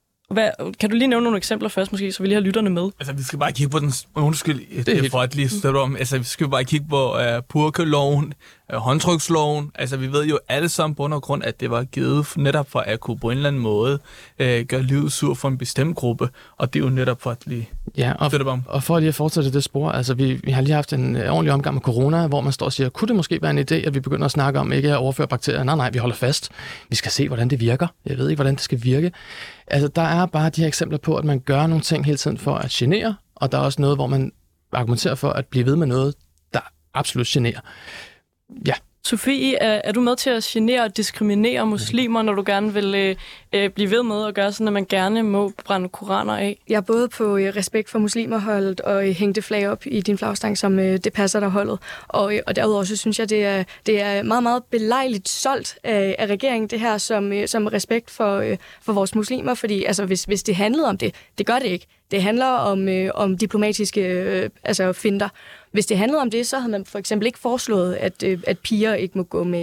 Kan du lige nævne nogle eksempler først, måske, så vi lige har lytterne med? Altså, vi skal bare kigge på den... Undskyld, det er for at lige støtte om. Altså, vi skal bare kigge på burkeloven, håndtryksloven. Altså, vi ved jo alle sammen på grund, at det var givet netop for at kunne på en eller anden måde gøre livet sur for en bestemt gruppe. Og det er jo netop for at lige støtte om. Og for lige at fortsætte det spor, altså, vi har lige haft en ordentlig omgang med corona, hvor man står og siger, kunne det måske være en idé, at vi begynder at snakke om ikke at overføre bakterier? Nej, vi holder fast. Vi skal se, hvordan det virker. Jeg ved ikke, hvordan det skal virke. Altså, der er bare de her eksempler på, at man gør nogle ting hele tiden for at genere, og der er også noget, hvor man argumenterer for at blive ved med noget, der absolut generer. Ja. Sofie, er du med til at genere og diskriminere muslimer, når du gerne vil blive ved med at gøre sådan, at man gerne må brænde koraner af? Jeg er både på respekt for muslimerholdet og hængte flag op i din flagstang, som det passer der holdet. Og derudover så synes jeg, det er meget, meget belejligt solgt af regeringen, det her som respekt for vores muslimer, fordi altså, hvis det handlede om det gør det ikke. Det handler om diplomatiske finter. Hvis det handlede om det, så havde man for eksempel ikke foreslået, at piger ikke må gå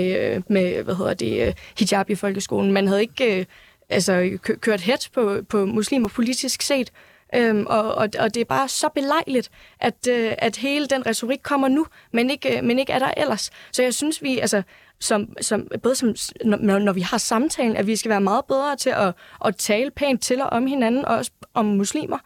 med hijab i folkeskolen. Man havde ikke kørt hedt på muslimer politisk set. Og det er bare så belejligt, at hele den retorik kommer nu, men ikke er der ellers. Så jeg synes, vi når vi har samtalen, at vi skal være meget bedre til at tale pænt til og om hinanden, og også om muslimer.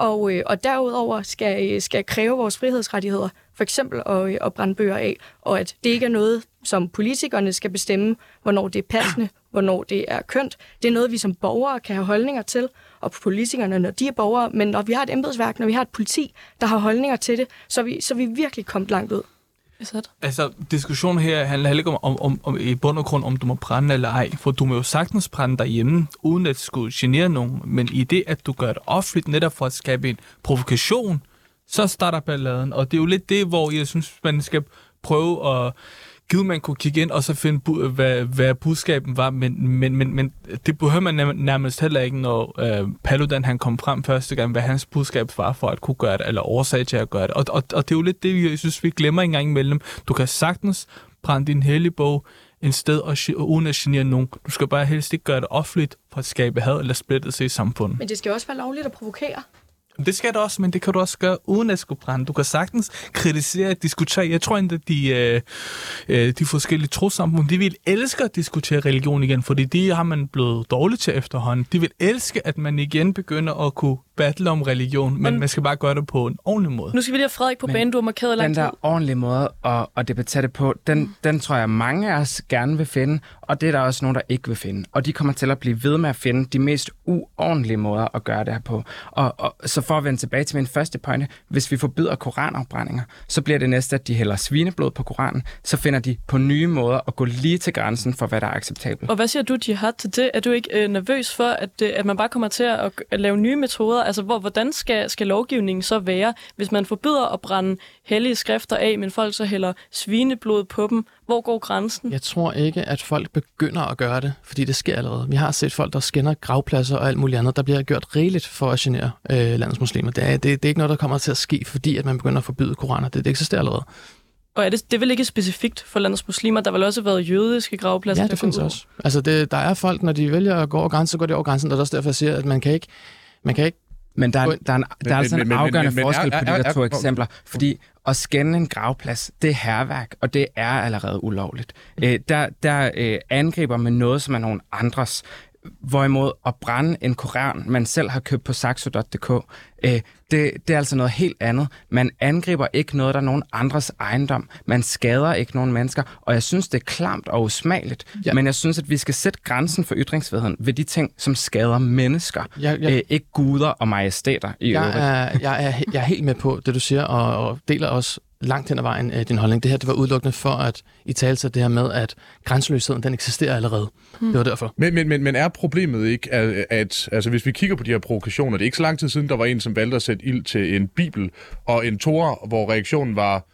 Og derudover skal kræve vores frihedsrettigheder, for eksempel at brænde bøger af, og at det ikke er noget, som politikerne skal bestemme, hvornår det er passende, hvornår det er kønt. Det er noget, vi som borgere kan have holdninger til, og politikerne, når de er borgere, men når vi har et embedsværk, når vi har et politi, der har holdninger til det, så er vi virkelig kommet langt ud. Altså, diskussionen her handler heller ikke om i bund og grund, om du må brænde eller ej, for du må jo sagtens brænde derhjemme, uden at skulle genere nogen, men i det, at du gør det offentligt, netop for at skabe en provokation, så starter balladen, og det er jo lidt det, hvor jeg synes, man skal prøve at man kunne kigge ind og så finde, hvad budskaben var, men det behøver man nærmest heller ikke, når Paludan han kom frem første gang, hvad hans budskab var for at kunne gøre det, eller årsag til at gøre det. Og det er jo lidt det, jeg synes, vi glemmer en gang imellem. Du kan sagtens brænde din hellige bog en sted, uden at genere nogen. Du skal bare helst ikke gøre det offentligt for at skabe had eller splittelse i samfundet. Men det skal også være lovligt at provokere. Det skal du også, men det kan du også gøre uden at skulle brænde. Du kan sagtens kritisere, diskutere. Jeg tror ikke, at de forskellige trossamfund, de vil elske at diskutere religion igen, fordi de har man blevet dårligt til efterhånden. De vil elske, at man igen begynder at kunne battle om religion, men man skal bare gøre det på en ordentlig måde. Nu skal vi lige have Frederik på banen, du har markeret lang tid. Den der ordentlige måde at debattere det på, den tror jeg mange af os gerne vil finde, og det er der også nogen, der ikke vil finde. Og de kommer til at blive ved med at finde de mest uordentlige måder at gøre det her på. Og så for at vende tilbage til min første pointe, hvis vi forbyder koranafbrændinger, så bliver det næste, at de hælder svineblod på Koranen, så finder de på nye måder at gå lige til grænsen for, hvad der er acceptabelt. Og hvad siger du, Jihad, til det? Er du ikke nervøs for, at man bare kommer til at lave nye metoder? Altså, hvordan skal lovgivningen så være, hvis man forbyder at brænde hellige skrifter af, men folk så hælder svineblod på dem? Hvor går grænsen? Jeg tror ikke, at folk begynder at gøre det, fordi det sker allerede. Vi har set folk, der skænder gravpladser og alt muligt andet. Der bliver gjort rigeligt for at genere landets muslimer. Det er ikke noget, der kommer til at ske, fordi at man begynder at forbyde koraner. Det eksisterer allerede. Og det er vel ikke specifikt for landets muslimer? Der har vel også været jødiske gravpladser? Ja, det findes også. Altså, der er folk, når de vælger at gå over grænsen, så går de over grænsen. Og det er også derfor, jeg siger, at man kan ikke Men der er altså en afgørende forskel på de der to eksempler, fordi at skænde en gravplads, det er hærværk, og det er allerede ulovligt. Der angriber man noget, som er nogen andres. Hvorimod at brænde en koran, man selv har købt på saxo.dk, det er altså noget helt andet. Man angriber ikke noget, der er nogen andres ejendom. Man skader ikke nogen mennesker, og jeg synes, det er klamt og usmageligt. Ja. Men jeg synes, at vi skal sætte grænsen for ytringsfriheden ved de ting, som skader mennesker. Ikke guder og majestæter i øvrigt. Jeg er helt med på det, du siger, og deler også langt hen ad vejen din holdning. Det her, det var udelukkende for at italesætte det her med, at grænseløsheden, den eksisterer allerede. Det var derfor. Men er problemet ikke, at altså, hvis vi kigger på de her provokationer, det er ikke så lang tid siden, der var en, som valgte at sætte ild til en bibel og en tora, hvor reaktionen var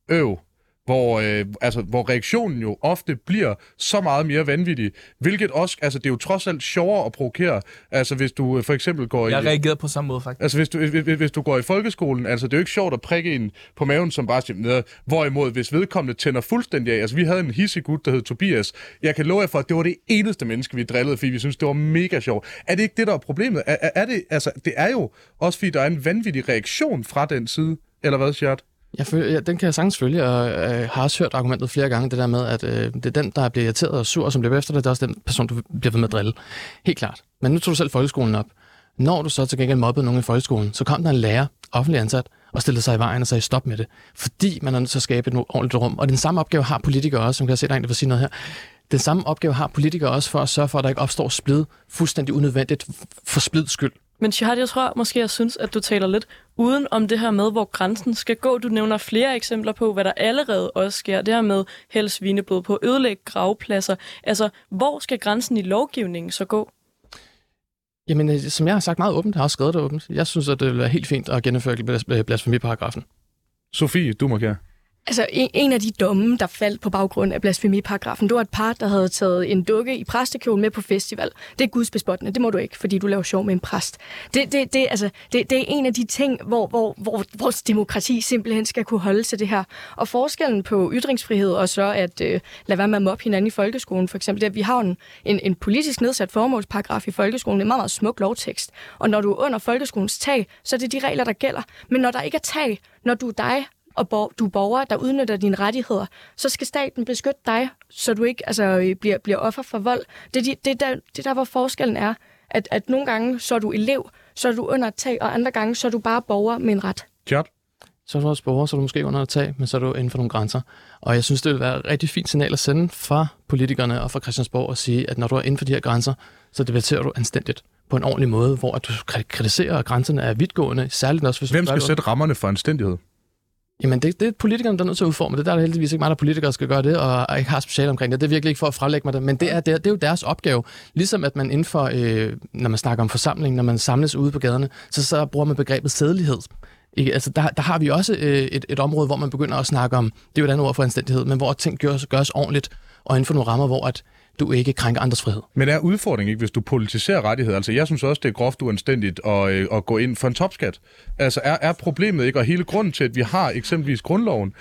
hvor reaktionen jo ofte bliver så meget mere vanvittig, hvilket også, altså det er jo trods alt sjovere at provokere, altså hvis du for eksempel går Jeg reagerede på samme måde, faktisk. Altså hvis du går i folkeskolen, altså det er jo ikke sjovt at prikke en på maven, som bare siger, hvorimod hvis vedkommende tænder fuldstændig af, altså vi havde en hissig gut, der hed Tobias, jeg kan love jer for, at det var det eneste menneske, vi drillede, fordi vi synes det var mega sjovt. Er det ikke det, der er problemet? Er det, altså det er jo også, fordi der er en vanvittig reaktion fra den side, eller hvad, Sjert? Den kan jeg sagtens følge, og har også hørt argumentet flere gange, det der med, at det er den, der bliver irriteret og sur, som bliver efter det, det er også den person, du bliver ved med at drille. Helt klart. Men nu tog du selv folkeskolen op. Når du så til gengæld mobbede nogen i folkeskolen, så kom der en lærer, offentlig ansat, og stillede sig i vejen og sagde stop med det. Fordi man er nødt til at skabe et ordentligt rum. Og den samme opgave har politikere også, som kan jeg se, der egentlig vil sige noget her. Den samme opgave har politikere også for at sørge for, at der ikke opstår splid fuldstændig unødvendigt for splids skyld. Men Shihad, jeg tror måske, jeg synes, at du taler lidt uden om det her med, hvor grænsen skal gå. Du nævner flere eksempler på, hvad der allerede også sker. Det her med hælde svineblod på, ødelægge gravpladser. Altså, hvor skal grænsen i lovgivningen så gå? Jamen, som jeg har sagt meget åbent, jeg har også skrevet det åbent. Jeg synes, at det vil være helt fint at gennemføre blasfemiparagrafen. Sofie, du må gerne. Altså, en af de domme, der faldt på baggrund af blasfemiparagrafen, det var et par, der havde taget en dukke i præstekjole med på festival. Det er gudsbespottende, det må du ikke, fordi du laver sjov med en præst. Det er en af de ting, hvor vores demokrati simpelthen skal kunne holde til det her. Og forskellen på ytringsfrihed og så at lade være med at mobbe hinanden i folkeskolen, for eksempel, det at vi har en politisk nedsat formålsparagraf i folkeskolen, en meget, meget smuk lovtekst. Og når du er under folkeskolens tag, så er det de regler, der gælder. Men når der ikke er tag, når du er dig, og du er borger, der udnytter dine rettigheder, så skal staten beskytte dig, så du ikke bliver offer for vold. Det er der, hvor forskellen er, at nogle gange så er du elev, så er du under et tag, og andre gange så er du bare borger med en ret. Kjart? Så er du også borger, så er du måske under et tag, men så er du inden for nogle grænser. Og jeg synes, det vil være et rigtig fint signal at sende fra politikerne og fra Christiansborg og sige, at når du er inden for de her grænser, så debatterer du anstændigt på en ordentlig måde, hvor at du kritiserer, at grænserne er vidtgående, særligt også hvis Hvem skal sætte rammerne for anstændighed? Jamen, det er politikerne, der er nødt til at udforme det. Der er heldigvis ikke meget, der politikere skal gøre det, og ikke har speciale omkring det. Det er virkelig ikke for at frelægge mig det, men det er jo deres opgave. Ligesom at man inden for, når man snakker om forsamling, når man samles ude på gaderne, så bruger man begrebet sædelighed. Ikke? Altså, der har vi også et område, hvor man begynder at snakke om, det er jo et andet ord for anstændighed, men hvor ting gøres ordentligt, og inden for nogle rammer, hvor at du ikke krænker andres frihed. Men er udfordringen ikke, hvis du politiserer rettigheder? Altså, jeg synes også, det er groft uanstændigt at gå ind for en topskat. Altså, er problemet ikke, og hele grunden til, at vi har eksempelvis grundloven,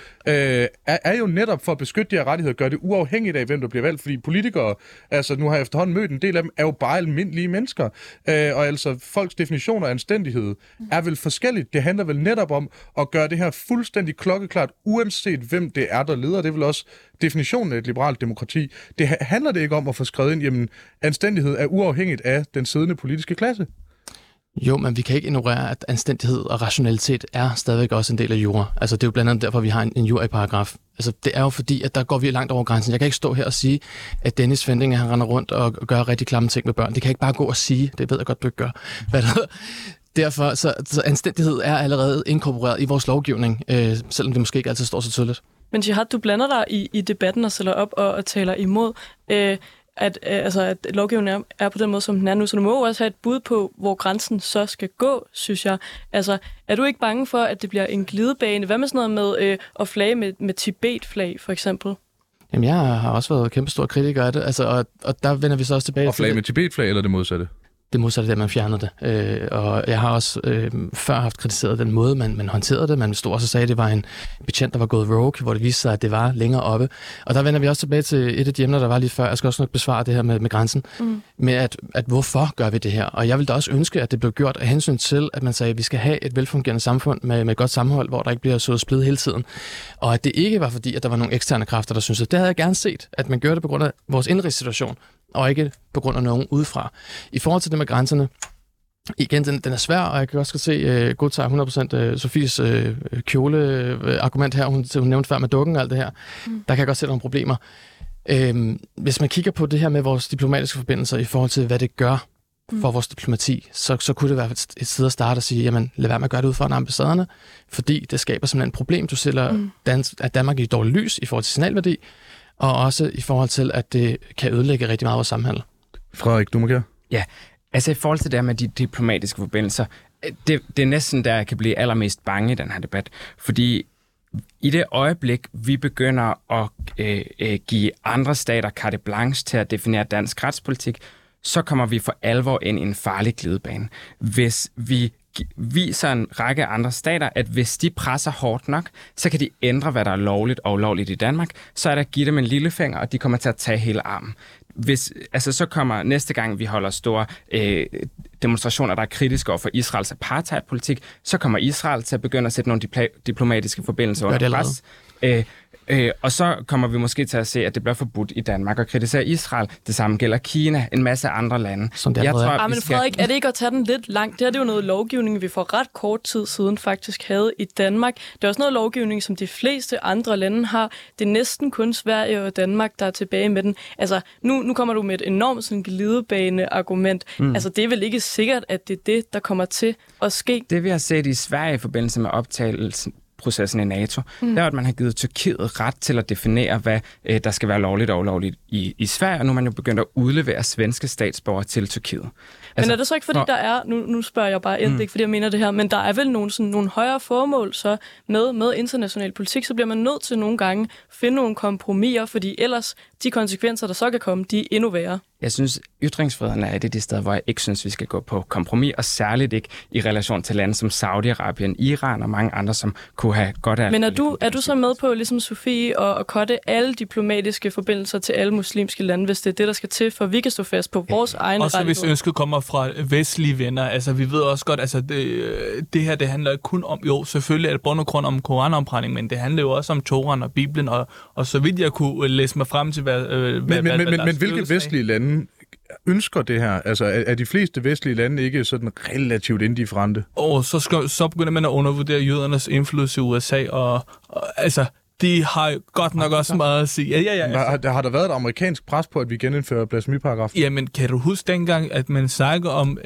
er jo netop for at beskytte de her rettigheder, gør det uafhængigt af, hvem der bliver valgt, fordi politikere, altså nu har jeg efterhånden mødt en del af dem, er jo bare almindelige mennesker. Og altså, folks definition af anstændighed er vel forskelligt. Det handler vel netop om at gøre det her fuldstændig klokkeklart, uanset hvem det er, der leder. Det er vel også definitionen af et liberalt demokrati. Det handler det ikke om at få skrevet ind, jamen, anstændighed er uafhængigt af den siddende politiske klasse. Jo, men vi kan ikke ignorere, at anstændighed og rationalitet er stadigvæk også en del af jura. Altså, det er jo blandt andet derfor, vi har en jura-paragraf. Altså, det er jo fordi, at der går vi langt over grænsen. Jeg kan ikke stå her og sige, at Dennis Fendinge, han render rundt og gør rigtig klamme ting med børn. Det kan jeg ikke bare gå og sige. Det ved jeg godt, du ikke gør. Derfor, så anstændighed er allerede inkorporeret i vores lovgivning, selvom det måske ikke altid står så tydeligt. Men Jihad, du blander dig i debatten og stiller op og taler imod, at lovgivningen er på den måde, som den er nu. Så du må også have et bud på, hvor grænsen så skal gå, synes jeg. Altså, er du ikke bange for, at det bliver en glidebane? Hvad med sådan noget med at flage med Tibet-flag, for eksempel? Jamen, jeg har også været kæmpe stor kritiker af det, altså, og der vender vi så også tilbage. Og flage med Tibet-flag, eller det modsatte? det modsatte af, man fjernede det. Og jeg har også før haft kritiseret den måde, man håndterede det. Man stod også og sagde, at det var en betjent, der var gået rogue, hvor det viste sig, at det var længere oppe. Og der vender vi også tilbage til et af de emner, der var lige før. Jeg skal også nok besvare det her med grænsen. Med at hvorfor gør vi det her? Og jeg vil da også ønske, at det blev gjort af hensyn til, at man sagde, at vi skal have et velfungerende samfund med et godt sammenhold, hvor der ikke bliver sået splid hele tiden. Og at det ikke var fordi, at der var nogle eksterne kræfter, der syntes, at det havde jeg gerne set, at man gjorde det på grund af vores indrigssituation, og ikke på grund af nogen udefra. I forhold til det med grænserne, igen, den er svær, og jeg kan også se, godtager 100% Sofies kjole-argument her, hun nævnte før med dukken og alt det her. Der kan jeg godt se nogle problemer. Hvis man kigger på det her med vores diplomatiske forbindelser i forhold til, hvad det gør for vores diplomati, så kunne det være et sted at starte og sige, jamen lad være med at gøre det ud fra ambassaderne, fordi det skaber simpelthen et problem. Du stiller at Danmark i et dårligt lys i forhold til signalværdi, og også i forhold til, at det kan ødelægge rigtig meget af vores samhandel. Frederik, du må gøre. Ja, altså i forhold til det her med de diplomatiske forbindelser, det er næsten der, jeg kan blive allermest bange i den her debat. Fordi i det øjeblik, vi begynder at give andre stater carte blanche til at definere dansk retspolitik, så kommer vi for alvor ind i en farlig glidebane. Hvis vi viser en række andre stater, at hvis de presser hårdt nok, så kan de ændre, hvad der er lovligt og ulovligt i Danmark. Så er der at give dem en lillefinger, og de kommer til at tage hele armen. Så kommer næste gang, vi holder store demonstrationer, der er kritiske over for Israels apartheidpolitik, så kommer Israel til at begynde at sætte nogle diplomatiske forbindelser under pres. Og så kommer vi måske til at se, at det bliver forbudt i Danmark at kritisere Israel. Det samme gælder Kina, en masse andre lande. Som det er. Men Frederik, er det ikke at tage den lidt langt? Det her det er jo noget lovgivning, vi for ret kort tid siden faktisk havde i Danmark. Det er også noget lovgivning, som de fleste andre lande har. Det er næsten kun Sverige og Danmark, der er tilbage med den. Altså, nu kommer du med et enormt sådan glidebane-argument. Altså, det er vel ikke sikkert, at det er det, der kommer til at ske? Det vi har set i Sverige i forbindelse med optagelsen i NATO, det er, at man har givet Tyrkiet ret til at definere, hvad der skal være lovligt og ulovligt i Sverige, og nu er man jo begyndt at udlevere svenske statsborgere til Tyrkiet. Men er det så ikke, fordi der er, nu spørger jeg bare ikke, fordi jeg mener det her, men der er vel nogle højere formål så med international politik, så bliver man nødt til nogle gange finde nogle kompromiser, fordi ellers de konsekvenser, der så kan komme, de er endnu værre. Jeg synes, ytringsfriheden er et af de steder, hvor jeg ikke synes, vi skal gå på kompromis, og særligt ikke i relation til lande som Saudi-Arabien, Iran og mange andre, som kunne have godt af... Men er du så med på, ligesom Sofie, at cutte alle diplomatiske forbindelser til alle muslimske lande, hvis det er det, der skal til, for vi kan stå fast på vores egne rettigheder? Også hvis ønsket kommer fra vestlige venner. Altså, vi ved også godt, altså, det her, det handler ikke kun om... Jo, selvfølgelig er det bund og grund om koranopbrænding, men det handler jo også om Toran og Bibelen, og så vidt jeg kunne læse mig frem til, Men hvilke vestlige lande ønsker det her? Altså, er de fleste vestlige lande ikke sådan relativt indifferente? Og så begynder man at undervurdere jødernes indflydelse i USA, og altså, de har godt nok også meget at sige. Ja. Har der været et amerikansk pres på, at vi genindfører blasfemiparagrafen? Jamen, kan du huske dengang, at man snakker om,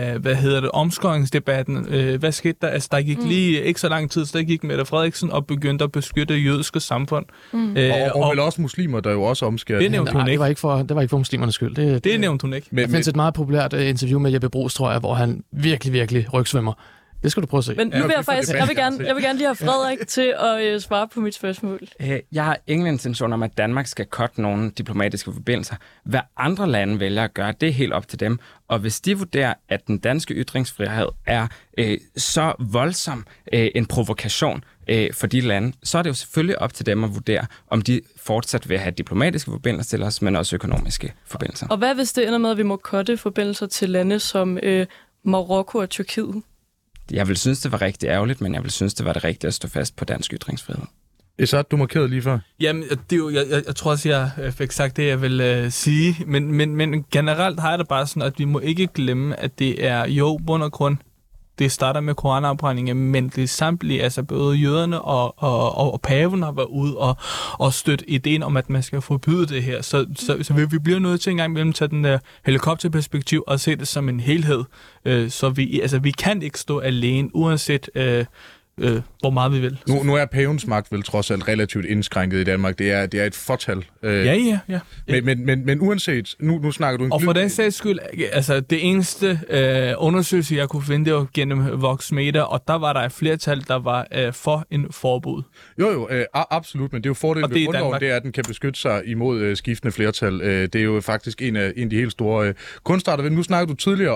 omskåringsdebatten? Hvad skete der? Altså, der gik lige ikke så lang tid, så der gik Mette Frederiksen og begyndte at beskytte jødiske samfund. Og vel også muslimer, der jo også omskærer. Det nævnte hun ikke. Det var ikke for muslimernes skyld. Det nævnte hun ikke. Der findes et meget populært interview med Jeppe Brugs, tror jeg, hvor han virkelig rygsvømmer. Det skal du prøve at se. Men nu vil jeg gerne lige have Frederik til at svare på mit spørgsmål. Jeg har ingen intention om, at Danmark skal cutte nogle diplomatiske forbindelser. Hvad andre lande vælger at gøre, det er helt op til dem. Og hvis de vurderer, at den danske ytringsfrihed er så voldsom en provokation for de lande, så er det jo selvfølgelig op til dem at vurdere, om de fortsat vil have diplomatiske forbindelser til os, men også økonomiske forbindelser. Og hvad hvis det ender med, at vi må cutte forbindelser til lande som Marokko og Tyrkiet? Jeg vil synes, det var rigtig ærgerligt, men jeg vil synes, det var det rigtige at stå fast på dansk ytringsfrihed. Esad, du markerede lige før. Jamen, det er jo, jeg tror også, jeg fik sagt det, jeg vil sige. Men generelt har jeg det bare sådan, at vi må ikke glemme, at det er jo bund og grund. Det starter med koranafbrændingen, men det er samtlige, altså både jøderne og paven har været ude og støtte ideen om, at man skal forbyde det her. Så vi bliver nødt til en gang imellem tage den der helikopterperspektiv og se det som en helhed. Så vi kan ikke stå alene, uanset hvor meget vi vil. Nu er pavens magt vel trods alt relativt indskrænket i Danmark. Det er et fortal. Ja. Men uanset, nu snakker du... Og for den sags skyld, altså det eneste undersøgelse, jeg kunne finde, det var gennem Voxmeter, og der var der et flertal, der var for en forbud. Jo, absolut, men det er jo fordelen ved grundloven, det er, at den kan beskytte sig imod skiftende flertal. Det er jo faktisk en af de helt store kunstarter. Nu snakker du tidligere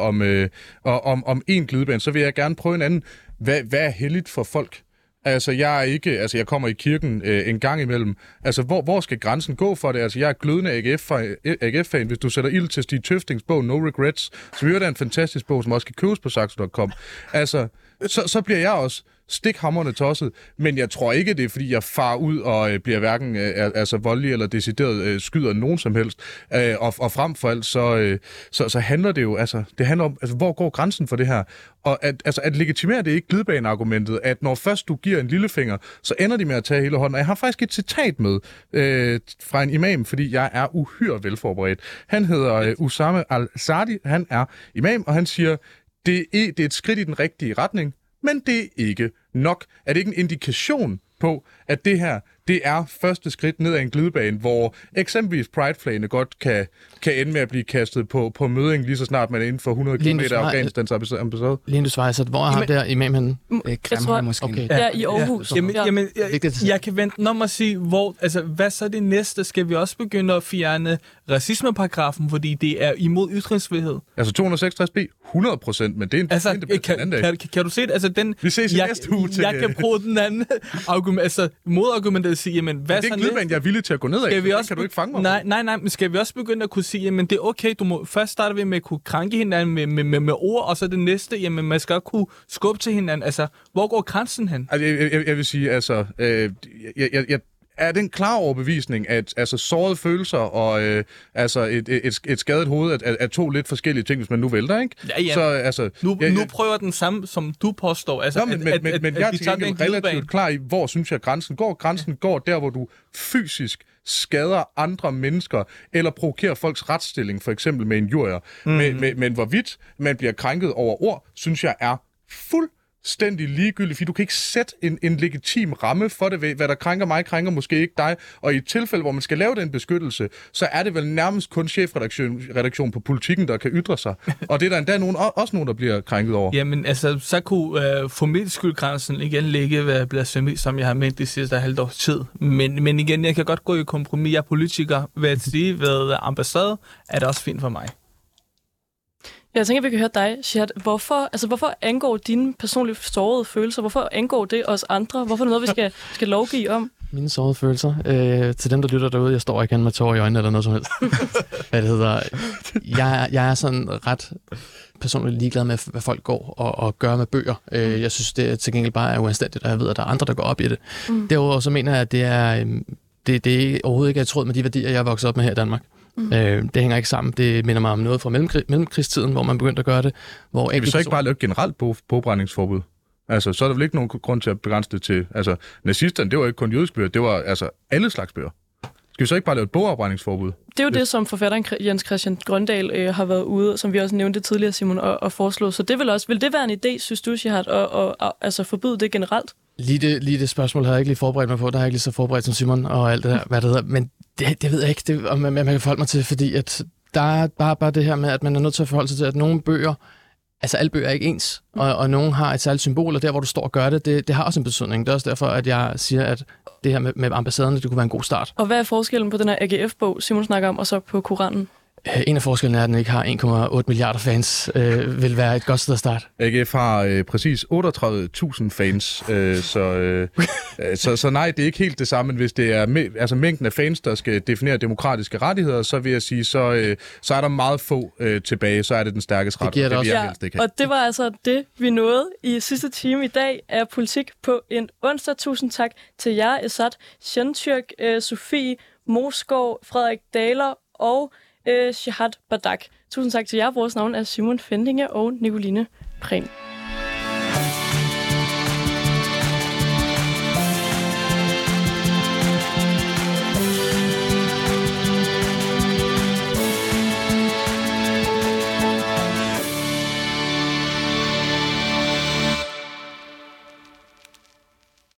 om en glidebane, så vil jeg gerne prøve en anden. Hvad er helligt for folk? Altså, jeg kommer i kirken en gang imellem. Altså, hvor skal grænsen gå for det? Altså, jeg er glødende AGF-fan. Hvis du sætter ild til Stig Tøftings bog No Regrets, så er det en fantastisk bog, som også kan købes på Saxo.com. Altså, så bliver jeg også stikhamrende tosset, men jeg tror ikke, det er, fordi jeg farer ud og bliver hverken voldelig eller decideret skyder nogen som helst. Og frem for alt, så handler det jo, det handler om, hvor går grænsen for det her? Og at legitimere det ikke glidebaneargumentet, at når først du giver en lillefinger, så ender de med at tage hele hånden. Og jeg har faktisk et citat med fra en imam, fordi jeg er uhyre velforberedt. Han hedder Usama Al-Sadi, han er imam, og han siger, det er et skridt i den rigtige retning, men det er ikke nok. Er det ikke en indikation på, at det her, det er første skridt ned ad en glidebane, hvor eksempelvis Pride-flagene godt kan ende med at blive kastet på møding, lige så snart man er inden for 100 km af Afghanistans ambassade? Lige du svarer, så hvor er ham der imam henne? Grimhøj måske. Okay. Der i Aarhus. Jamen, jeg kan vente om at sige, hvad så det næste? Skal vi også begynde at fjerne racismeparagrafen, fordi det er imod ytringsfrihed? Altså 266b, 100%, men det er en debat den anden dag. Kan du se det? Altså, vi ses i næste uge til... Jeg kan bruge den anden modargumentet at sige, jamen, hvad så næste? Det er ikke glidebane, jeg er villig til at gå ned af. Kan du ikke fange mig? Nej, men skal vi også begynde at kunne sige, jamen, det er okay, først starter vi med at kunne krænke hinanden med ord, og så det næste, jamen, man skal også kunne skubbe til hinanden. Altså, hvor går grænsen hen? Altså, jeg vil sige, jeg er den klar overbevisning, at sårede følelser og et skadet hoved er to lidt forskellige ting, hvis man nu vælter, ikke? Ja. Så, nu prøver den samme, som du påstår. Altså, men jeg er til gengæld relativt klar i, hvor synes jeg grænsen går. Grænsen går der, hvor du fysisk skader andre mennesker, eller provokerer folks retsstilling, for eksempel med injurier. Men hvorvidt man bliver krænket over ord, synes jeg er fuldstændig ligegyldigt, fordi du kan ikke sætte en legitim ramme for det ved, hvad der krænker mig, krænker måske ikke dig, og i et tilfælde, hvor man skal lave den beskyttelse, så er det vel nærmest kun chefredaktion på Politikken, der kan ytre sig. Og det er der endda også nogen, der bliver krænket over. Jamen, så kunne formiddelsskyldgrænsen igen ligge ved blasfemi, som jeg har ment de sidste halvt års tid. Men igen, jeg kan godt gå i kompromis. Jeg er politiker ved at sige, ved ambassade er det også fint for mig. Jeg tænker, vi kan høre dig, Shihad. Hvorfor angår dine personlige sårede følelser? Hvorfor angår det os andre? Hvorfor er det noget, vi skal lovgive om? Mine sårede følelser? Til dem, der lytter derude, jeg står ikke med tårer i øjnene eller noget som helst. Hvad det hedder? Jeg er sådan ret personligt ligeglad med, hvad folk går og gør med bøger. Jeg synes, det til gengæld bare er uanstændigt, og jeg ved, at der er andre, der går op i det. Derudover så mener jeg, at det er overhovedet ikke i tråd med de værdier, jeg er vokset op med her i Danmark. Det hænger ikke sammen. Det minder mig om noget fra mellemkrigstiden, hvor man begyndte at gøre det. Kan vi så ikke bare lave et generelt bogbrændingsforbud? Altså, så er der vel ikke nogen grund til at begrænse det til... Altså, nazisterne, det var ikke kun jødiske bøger, det var alle slags bøger. Skal vi så ikke bare lave et bogafbrændingsforbud? Det er jo det, som forfatteren Jens Christian Grøndal har været ude, som vi også nævnte tidligere, Simon, og foreslået. Så det vil det være en idé, synes du, Shihad, at forbyde det generelt? Lige det spørgsmål har jeg ikke lige forberedt mig på. Der har jeg ikke lige så forberedt som Simon og alt det der, hvad det hedder. Men det ved jeg ikke, om man kan forholde mig til, fordi at der er bare det her med, at man er nødt til at forholde sig til, at nogle bøger, altså alle bøger er ikke ens, og nogle har et særligt symbol, og der, hvor du står og gør det har også en betydning. Det er også derfor, at jeg siger, at det her med ambassaderne, det kunne være en god start. Og hvad er forskellen på den her AGF-bog, Simon snakker om, og så på Koranen? En af forskellen er, at den ikke har 1,8 milliarder fans, vil være et godt sted at starte. AGF har præcis 38.000 fans, så nej, det er ikke helt det samme, men hvis det er mængden af fans, der skal definere demokratiske rettigheder, så vil jeg sige, så er der meget få tilbage, så er det den stærkeste ret. Det også. Og det var altså det, vi nåede i sidste time i dag af Politik på en onsdag. Tusind tak til jer, Esad Şentürk, Sofie Moskov, Frederik Dahler og Shihad Badak. Tusind tak til jer. Vores navn er Simon Fendinge og Nicoline Prehn.